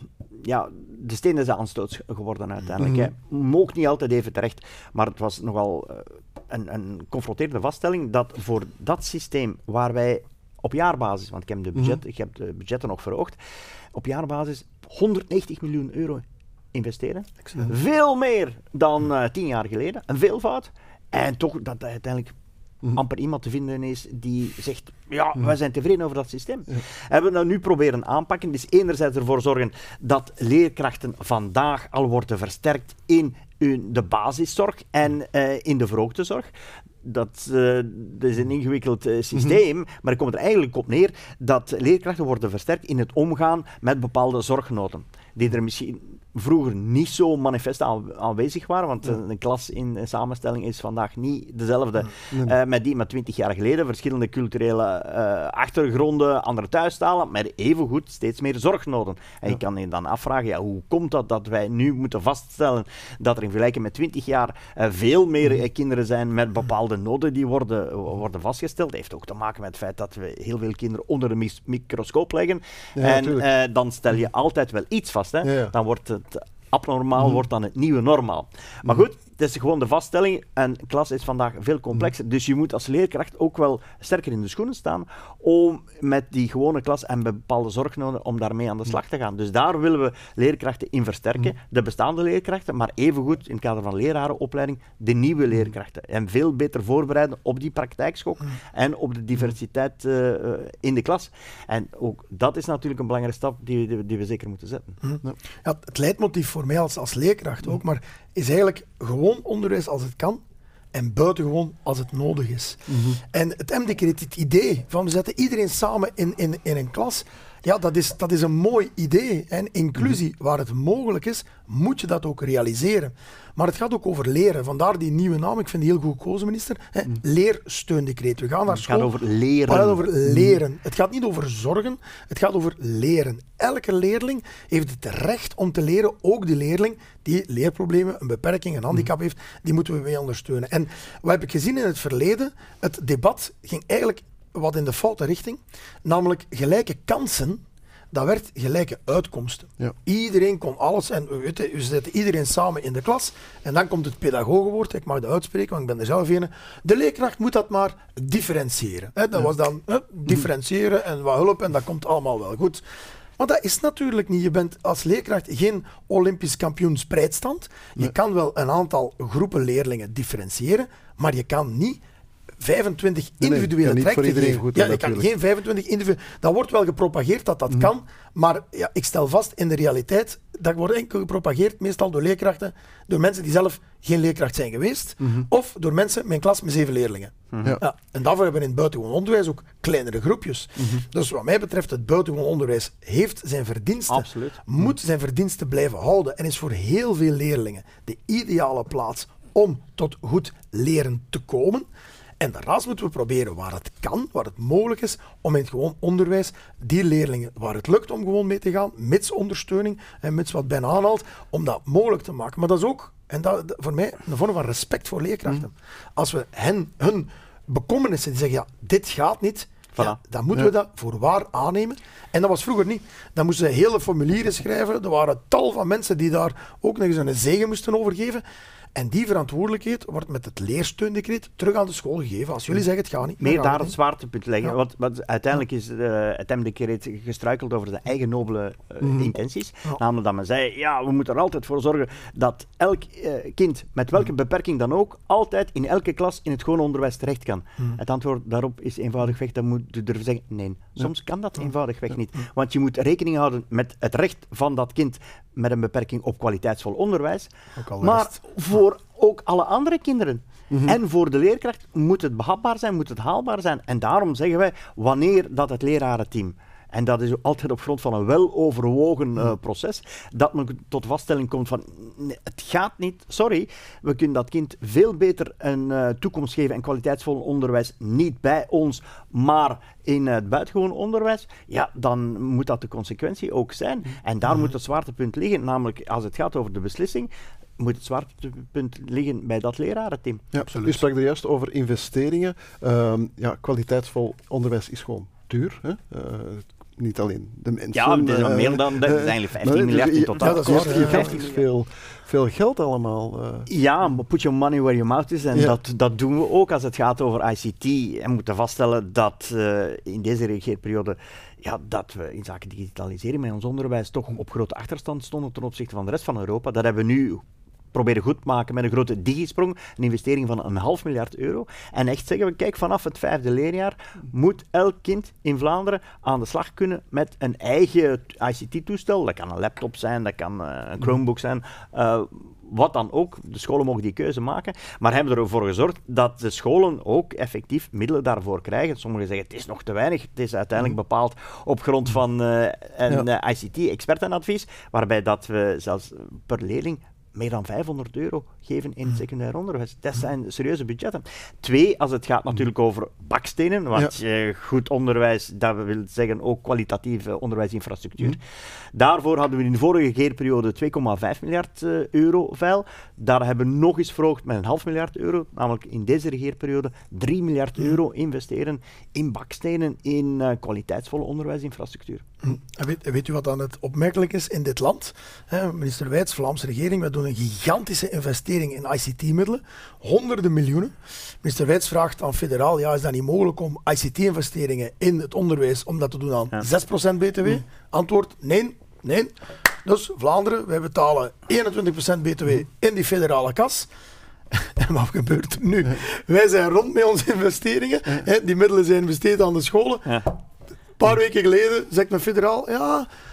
[SPEAKER 5] Ja, de steen is aanstoot geworden uiteindelijk. Mm-hmm. Moog niet altijd even terecht, maar het was nogal uh, een, een confronterende vaststelling dat voor dat systeem waar wij op jaarbasis, want ik heb de, budget, mm-hmm. ik heb de budgetten nog verhoogd, op jaarbasis honderdnegentig miljoen euro investeren. Excellent. Veel meer dan uh, tien jaar geleden, een veelvoud. En toch dat uiteindelijk Mm-hmm. amper iemand te vinden is die zegt, ja, mm-hmm. wij zijn tevreden over dat systeem. Ja. Hebben we dat nu proberen aanpakken. Dus enerzijds ervoor zorgen dat leerkrachten vandaag al worden versterkt in de basiszorg en uh, in de vroegtezorg. Dat, uh, dat is een ingewikkeld uh, systeem, mm-hmm. maar het komt er eigenlijk op neer dat leerkrachten worden versterkt in het omgaan met bepaalde zorgnoten, die er misschien vroeger niet zo manifest aan, aanwezig waren, want ja. een klas in een samenstelling is vandaag niet dezelfde nee. uh, met die met twintig jaar geleden. Verschillende culturele uh, achtergronden, andere thuistalen, maar evengoed steeds meer zorgnoden. En ja. je kan je dan afvragen, ja, hoe komt dat dat wij nu moeten vaststellen dat er in vergelijking met twintig jaar uh, veel meer uh, kinderen zijn met bepaalde noden die worden, worden vastgesteld. Dat heeft ook te maken met het feit dat we heel veel kinderen onder de mis- microscoop leggen. Ja, en uh, dan stel je altijd wel iets vast. Hè. Ja, ja. Dan wordt het abnormaal, mm-hmm. wordt dan het nieuwe normaal. Maar goed, het is gewoon de vaststelling. Een klas is vandaag veel complexer. Mm-hmm. Dus je moet als leerkracht ook wel sterker in de schoenen staan om met die gewone klas en bepaalde zorgnoden om daarmee aan de slag te gaan. Dus daar willen we leerkrachten in versterken. Mm-hmm. De bestaande leerkrachten, maar evengoed in het kader van lerarenopleiding de nieuwe leerkrachten. En veel beter voorbereiden op die praktijkschok mm-hmm. en op de diversiteit uh, in de klas. En ook dat is natuurlijk een belangrijke stap die, die, die we zeker moeten zetten.
[SPEAKER 6] Mm-hmm. Ja, het leidmotief voor mij als, als leerkracht ook, maar is eigenlijk gewoon onderwijs als het kan en buitengewoon als het nodig is.
[SPEAKER 2] Mm-hmm.
[SPEAKER 6] En het M-decreet, het idee van we zetten iedereen samen in, in, in een klas, ja, dat is, dat is een mooi idee. En inclusie, mm-hmm. waar het mogelijk is, moet je dat ook realiseren. Maar het gaat ook over leren. Vandaar die nieuwe naam. Ik vind die heel goed gekozen, minister. Hè? Mm. Leersteundecreet. We gaan naar
[SPEAKER 5] het
[SPEAKER 6] school.
[SPEAKER 5] gaat over leren.
[SPEAKER 6] Het gaat over leren. Mm. Het gaat niet over zorgen. Het gaat over leren. Elke leerling heeft het recht om te leren. Ook die leerling die leerproblemen, een beperking, een handicap heeft, die moeten we mee ondersteunen. En wat heb ik gezien in het verleden? Het debat ging eigenlijk wat in de foute richting. Namelijk gelijke kansen. Dat werd gelijke uitkomsten. Ja. Iedereen kon alles en we, weten, we zetten iedereen samen in de klas en dan komt het pedagogenwoord, ik mag dat uitspreken, want ik ben er zelf een. De leerkracht moet dat maar differentiëren. Hè, dat ja. was dan hè, differentiëren en wat hulp en dat komt allemaal wel goed. Maar dat is natuurlijk niet. Je bent als leerkracht geen Olympisch kampioen spreidstand. Je nee. kan wel een aantal groepen leerlingen differentiëren, maar je kan niet vijfentwintig individuele
[SPEAKER 2] nee,
[SPEAKER 6] trajecten geven.
[SPEAKER 2] Goed,
[SPEAKER 6] ja, je kan geen vijfentwintig individuele... Dat wordt wel gepropageerd dat dat mm. kan, maar ja, ik stel vast in de realiteit, dat wordt enkel gepropageerd, meestal door leerkrachten, door mensen die zelf geen leerkracht zijn geweest, mm-hmm. of door mensen met een klas met zeven leerlingen. Mm-hmm. Ja. Ja, en daarvoor hebben we in het buitengewoon onderwijs ook kleinere groepjes. Mm-hmm. Dus wat mij betreft, het buitengewoon onderwijs heeft zijn verdiensten,
[SPEAKER 5] Absoluut.
[SPEAKER 6] moet zijn verdiensten blijven houden en is voor heel veel leerlingen de ideale plaats om tot goed leren te komen. En daarnaast moeten we proberen waar het kan, waar het mogelijk is, om in het gewoon onderwijs die leerlingen, waar het lukt om gewoon mee te gaan, mits ondersteuning en mits wat Ben aanhaalt, om dat mogelijk te maken. Maar dat is ook, en dat, dat voor mij, een vorm van respect voor leerkrachten. Mm. Als we hen, hun bekommernissen, die zeggen, ja, dit gaat niet, voilà. ja, dan moeten ja. we dat voor waar aannemen. En dat was vroeger niet. Dan moesten ze hele formulieren schrijven, er waren tal van mensen die daar ook nog eens een zegen moesten overgeven. En die verantwoordelijkheid wordt met het leersteundecreet terug aan de school gegeven. Als jullie zeggen het gaat niet.
[SPEAKER 5] Meer daar het zwaartepunt leggen. Ja. Want, want uiteindelijk is uh, het M-decreet gestruikeld over de eigen nobele uh, mm. intenties. Ja. Namelijk dat men zei, ja, we moeten er altijd voor zorgen dat elk uh, kind, met welke beperking dan ook, altijd in elke klas in het gewone onderwijs terecht kan. Mm. Het antwoord daarop is eenvoudigweg, dan moet je durven zeggen, nee, soms ja. kan dat eenvoudigweg ja. niet. Want je moet rekening houden met het recht van dat kind met een beperking op kwaliteitsvol onderwijs. Maar voor voor ook alle andere kinderen. Mm-hmm. En voor de leerkracht moet het behapbaar zijn, moet het haalbaar zijn. En daarom zeggen wij, wanneer dat het lerarenteam, en dat is altijd op grond van een weloverwogen uh, proces, dat men tot vaststelling komt van, nee, het gaat niet, sorry, we kunnen dat kind veel beter een uh, toekomst geven en kwaliteitsvol onderwijs, niet bij ons, maar in het buitengewoon onderwijs, ja, dan moet dat de consequentie ook zijn. En daar mm-hmm. moet het zwaartepunt liggen, namelijk als het gaat over de beslissing, moet het zwaartepunt liggen bij dat lerarenteam.
[SPEAKER 2] Ja, absoluut. U sprak er juist over investeringen. Uh, ja, kwaliteitsvol onderwijs is gewoon duur. Hè? Uh, niet alleen de mensen.
[SPEAKER 5] Ja, dat is uh, meer dan dat is eigenlijk vijftien uh, miljard in totaal.
[SPEAKER 2] Ja, dat is waar, vijftien is veel, veel geld allemaal. Uh.
[SPEAKER 5] Ja, maar put your money where your mouth is. En ja. dat, dat doen we ook als het gaat over I C T. En we moeten vaststellen dat uh, in deze regeerperiode ja, dat we in zaken digitalisering met ons onderwijs toch op grote achterstand stonden ten opzichte van de rest van Europa. Dat hebben we nu proberen goed te maken met een grote digisprong, een investering van een half miljard euro. En echt zeggen we, kijk, vanaf het vijfde leerjaar moet elk kind in Vlaanderen aan de slag kunnen met een eigen I C T-toestel. Dat kan een laptop zijn, dat kan uh, een Chromebook zijn, uh, wat dan ook. De scholen mogen die keuze maken, maar hebben ervoor gezorgd dat de scholen ook effectief middelen daarvoor krijgen. Sommigen zeggen, het is nog te weinig. Het is uiteindelijk bepaald op grond van uh, een ja. uh, I C T-expertenadvies, waarbij dat we zelfs per leerling meer dan vijfhonderd euro geven in het secundair onderwijs. Dat zijn serieuze budgetten. Twee, als het gaat natuurlijk over bakstenen, want ja. uh, goed onderwijs, dat wil zeggen ook kwalitatieve onderwijsinfrastructuur. Mm. Daarvoor hadden we in de vorige keerperiode twee komma vijf miljard uh, euro veil. Daar hebben we nog eens verhoogd met een half miljard euro, namelijk in deze regeerperiode drie miljard euro investeren in bakstenen, in uh, kwaliteitsvolle onderwijsinfrastructuur.
[SPEAKER 6] Mm. En weet, weet u wat dan het opmerkelijk is in dit land? He, minister Wijts, Vlaamse regering, wij doen een gigantische investering in I C T-middelen, honderden miljoenen. Minister Wijts vraagt aan federaal, ja, is dat niet mogelijk om I C T-investeringen in het onderwijs, om dat te doen aan ja. zes procent B T W? Mm. Antwoord, nee, nee. Dus Vlaanderen, wij betalen eenentwintig procent B T W in die federale kas. En wat gebeurt er nu? Wij zijn rond met onze investeringen, he, die middelen zijn besteed aan de scholen. Ja. Een paar weken geleden zegt mijn federaal, ja,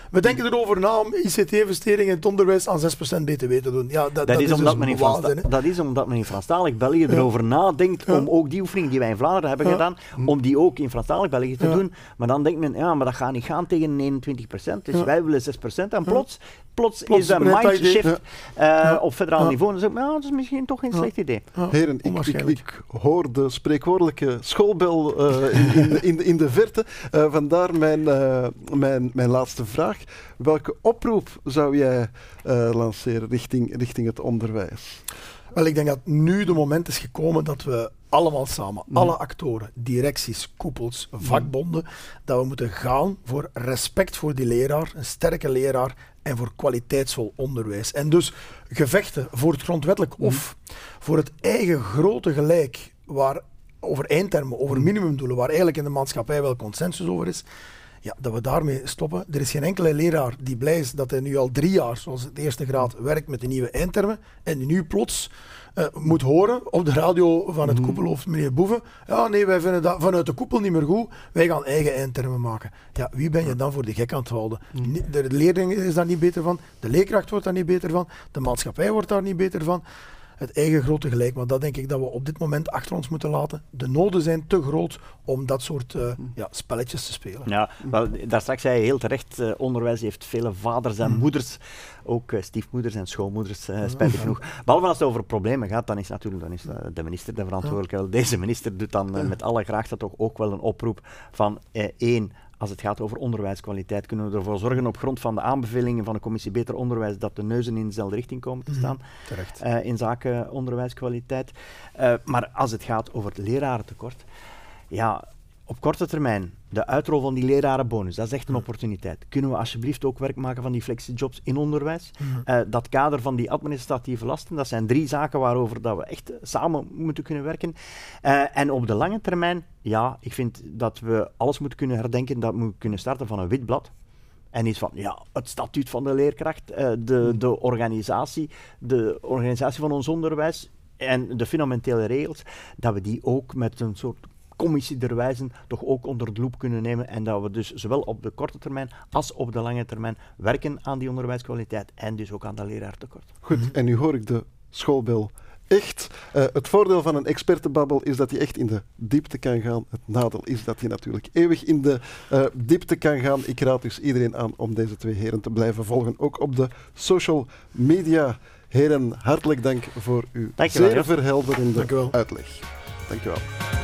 [SPEAKER 6] we denken erover na om I C T-investeringen in het onderwijs aan zes procent B T W te doen. Ja, dat,
[SPEAKER 5] Dat,
[SPEAKER 6] dat
[SPEAKER 5] is
[SPEAKER 6] is
[SPEAKER 5] omdat
[SPEAKER 6] dus
[SPEAKER 5] men in
[SPEAKER 6] waanzin,
[SPEAKER 5] Fransta-
[SPEAKER 6] hè.
[SPEAKER 5] dat is omdat men in Franstalig België
[SPEAKER 6] Ja.
[SPEAKER 5] erover nadenkt
[SPEAKER 6] Ja.
[SPEAKER 5] om ook die oefening die wij in Vlaanderen hebben
[SPEAKER 6] Ja.
[SPEAKER 5] gedaan, om die ook in Franstalig België te
[SPEAKER 6] Ja.
[SPEAKER 5] doen. Maar dan denkt men, ja, maar dat gaat niet gaan tegen eenentwintig procent, dus
[SPEAKER 6] Ja.
[SPEAKER 5] wij willen zes procent. En
[SPEAKER 6] Ja.
[SPEAKER 5] plots, plots,
[SPEAKER 6] Plots
[SPEAKER 5] is dat een
[SPEAKER 6] brengt dat idee.
[SPEAKER 5] mindshift uh, op federaal
[SPEAKER 6] Ja.
[SPEAKER 5] niveau. En dan zeg ik, ja, dat is misschien toch geen
[SPEAKER 6] Ja.
[SPEAKER 5] slecht idee.
[SPEAKER 6] Ja,
[SPEAKER 2] Heren, ik, ik,
[SPEAKER 6] onwaarschijnlijk.
[SPEAKER 2] ik hoor de spreekwoordelijke schoolbel uh, in, in, de, in, de, in de verte. Uh, vandaar mijn, uh, mijn, mijn laatste vraag. Welke oproep zou jij uh, lanceren richting, richting het onderwijs?
[SPEAKER 6] Wel, ik denk dat nu de moment is gekomen dat we allemaal samen,
[SPEAKER 2] Mm.
[SPEAKER 6] alle actoren, directies, koepels, vakbonden, dat we moeten gaan voor respect voor die leraar, een sterke leraar en voor kwaliteitsvol onderwijs. En dus gevechten voor het grondwettelijk of voor het eigen grote gelijk, waar over eindtermen, over minimumdoelen, waar eigenlijk in de maatschappij wel consensus over is, ja, dat we daarmee stoppen. Er is geen enkele leraar die blij is dat hij nu al drie jaar, zoals het eerste graad, werkt met de nieuwe eindtermen en die nu plots uh, moet horen op de radio van het koepelhoofd, meneer Boeven, ja nee, wij vinden dat vanuit de koepel niet meer goed, wij gaan eigen eindtermen maken. Ja, wie ben je dan voor de gek aan het houden? De leerling is daar niet beter van, de leerkracht wordt daar niet beter van, de maatschappij wordt daar niet beter van. Het eigen grote gelijk, maar dat denk ik dat we op dit moment achter ons moeten laten. De noden zijn te groot om dat soort uh, ja, spelletjes te spelen.
[SPEAKER 5] Ja, wel, daar straks zei je heel terecht, uh, onderwijs heeft vele vaders en moeders, ook uh, stiefmoeders en schoonmoeders, uh, spijtig genoeg. Behalve als het over problemen gaat, dan is natuurlijk dan is, uh, de minister de verantwoordelijke. Deze minister doet dan uh, met alle graagte toch ook wel een oproep van uh, één, als het gaat over onderwijskwaliteit, kunnen we ervoor zorgen op grond van de aanbevelingen van de commissie Beter Onderwijs dat de neuzen in dezelfde richting komen te staan
[SPEAKER 6] Terecht.
[SPEAKER 5] uh, in zaken onderwijskwaliteit. Uh, maar als het gaat over het lerarentekort, ja, op korte termijn, de uitrol van die lerarenbonus, dat is echt een opportuniteit. Kunnen we alsjeblieft ook werk maken van die flexijobs in onderwijs? Uh, dat kader van die administratieve lasten, dat zijn drie zaken waarover dat we echt samen moeten kunnen werken. Uh, en op de lange termijn, ja, ik vind dat we alles moeten kunnen herdenken, dat we kunnen starten van een wit blad. En iets van, ja, het statuut van de leerkracht, uh, de, de organisatie, de organisatie van ons onderwijs en de fundamentele regels, dat we die ook met een soort commissie derwijzen toch ook onder de loep kunnen nemen en dat we dus zowel op de korte termijn als op de lange termijn werken aan die onderwijskwaliteit en dus ook aan dat leraartekort.
[SPEAKER 2] Goed, en nu hoor ik de schoolbel echt. Uh, het voordeel van een expertenbabbel is dat je echt in de diepte kan gaan. Het nadeel is dat je natuurlijk eeuwig in de uh, diepte kan gaan. Ik raad dus iedereen aan om deze twee heren te blijven volgen, ook op de social media. Heren, hartelijk dank voor uw
[SPEAKER 5] Dankjewel,
[SPEAKER 2] zeer
[SPEAKER 5] Jos.
[SPEAKER 2] verhelderende
[SPEAKER 6] Dankjewel.
[SPEAKER 2] uitleg. Dankjewel.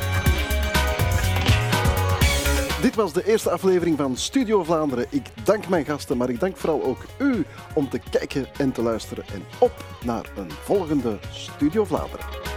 [SPEAKER 2] Dit was de eerste aflevering van Studio Vlaanderen. Ik dank mijn gasten, maar ik dank vooral ook u om te kijken en te luisteren. En op naar een volgende Studio Vlaanderen.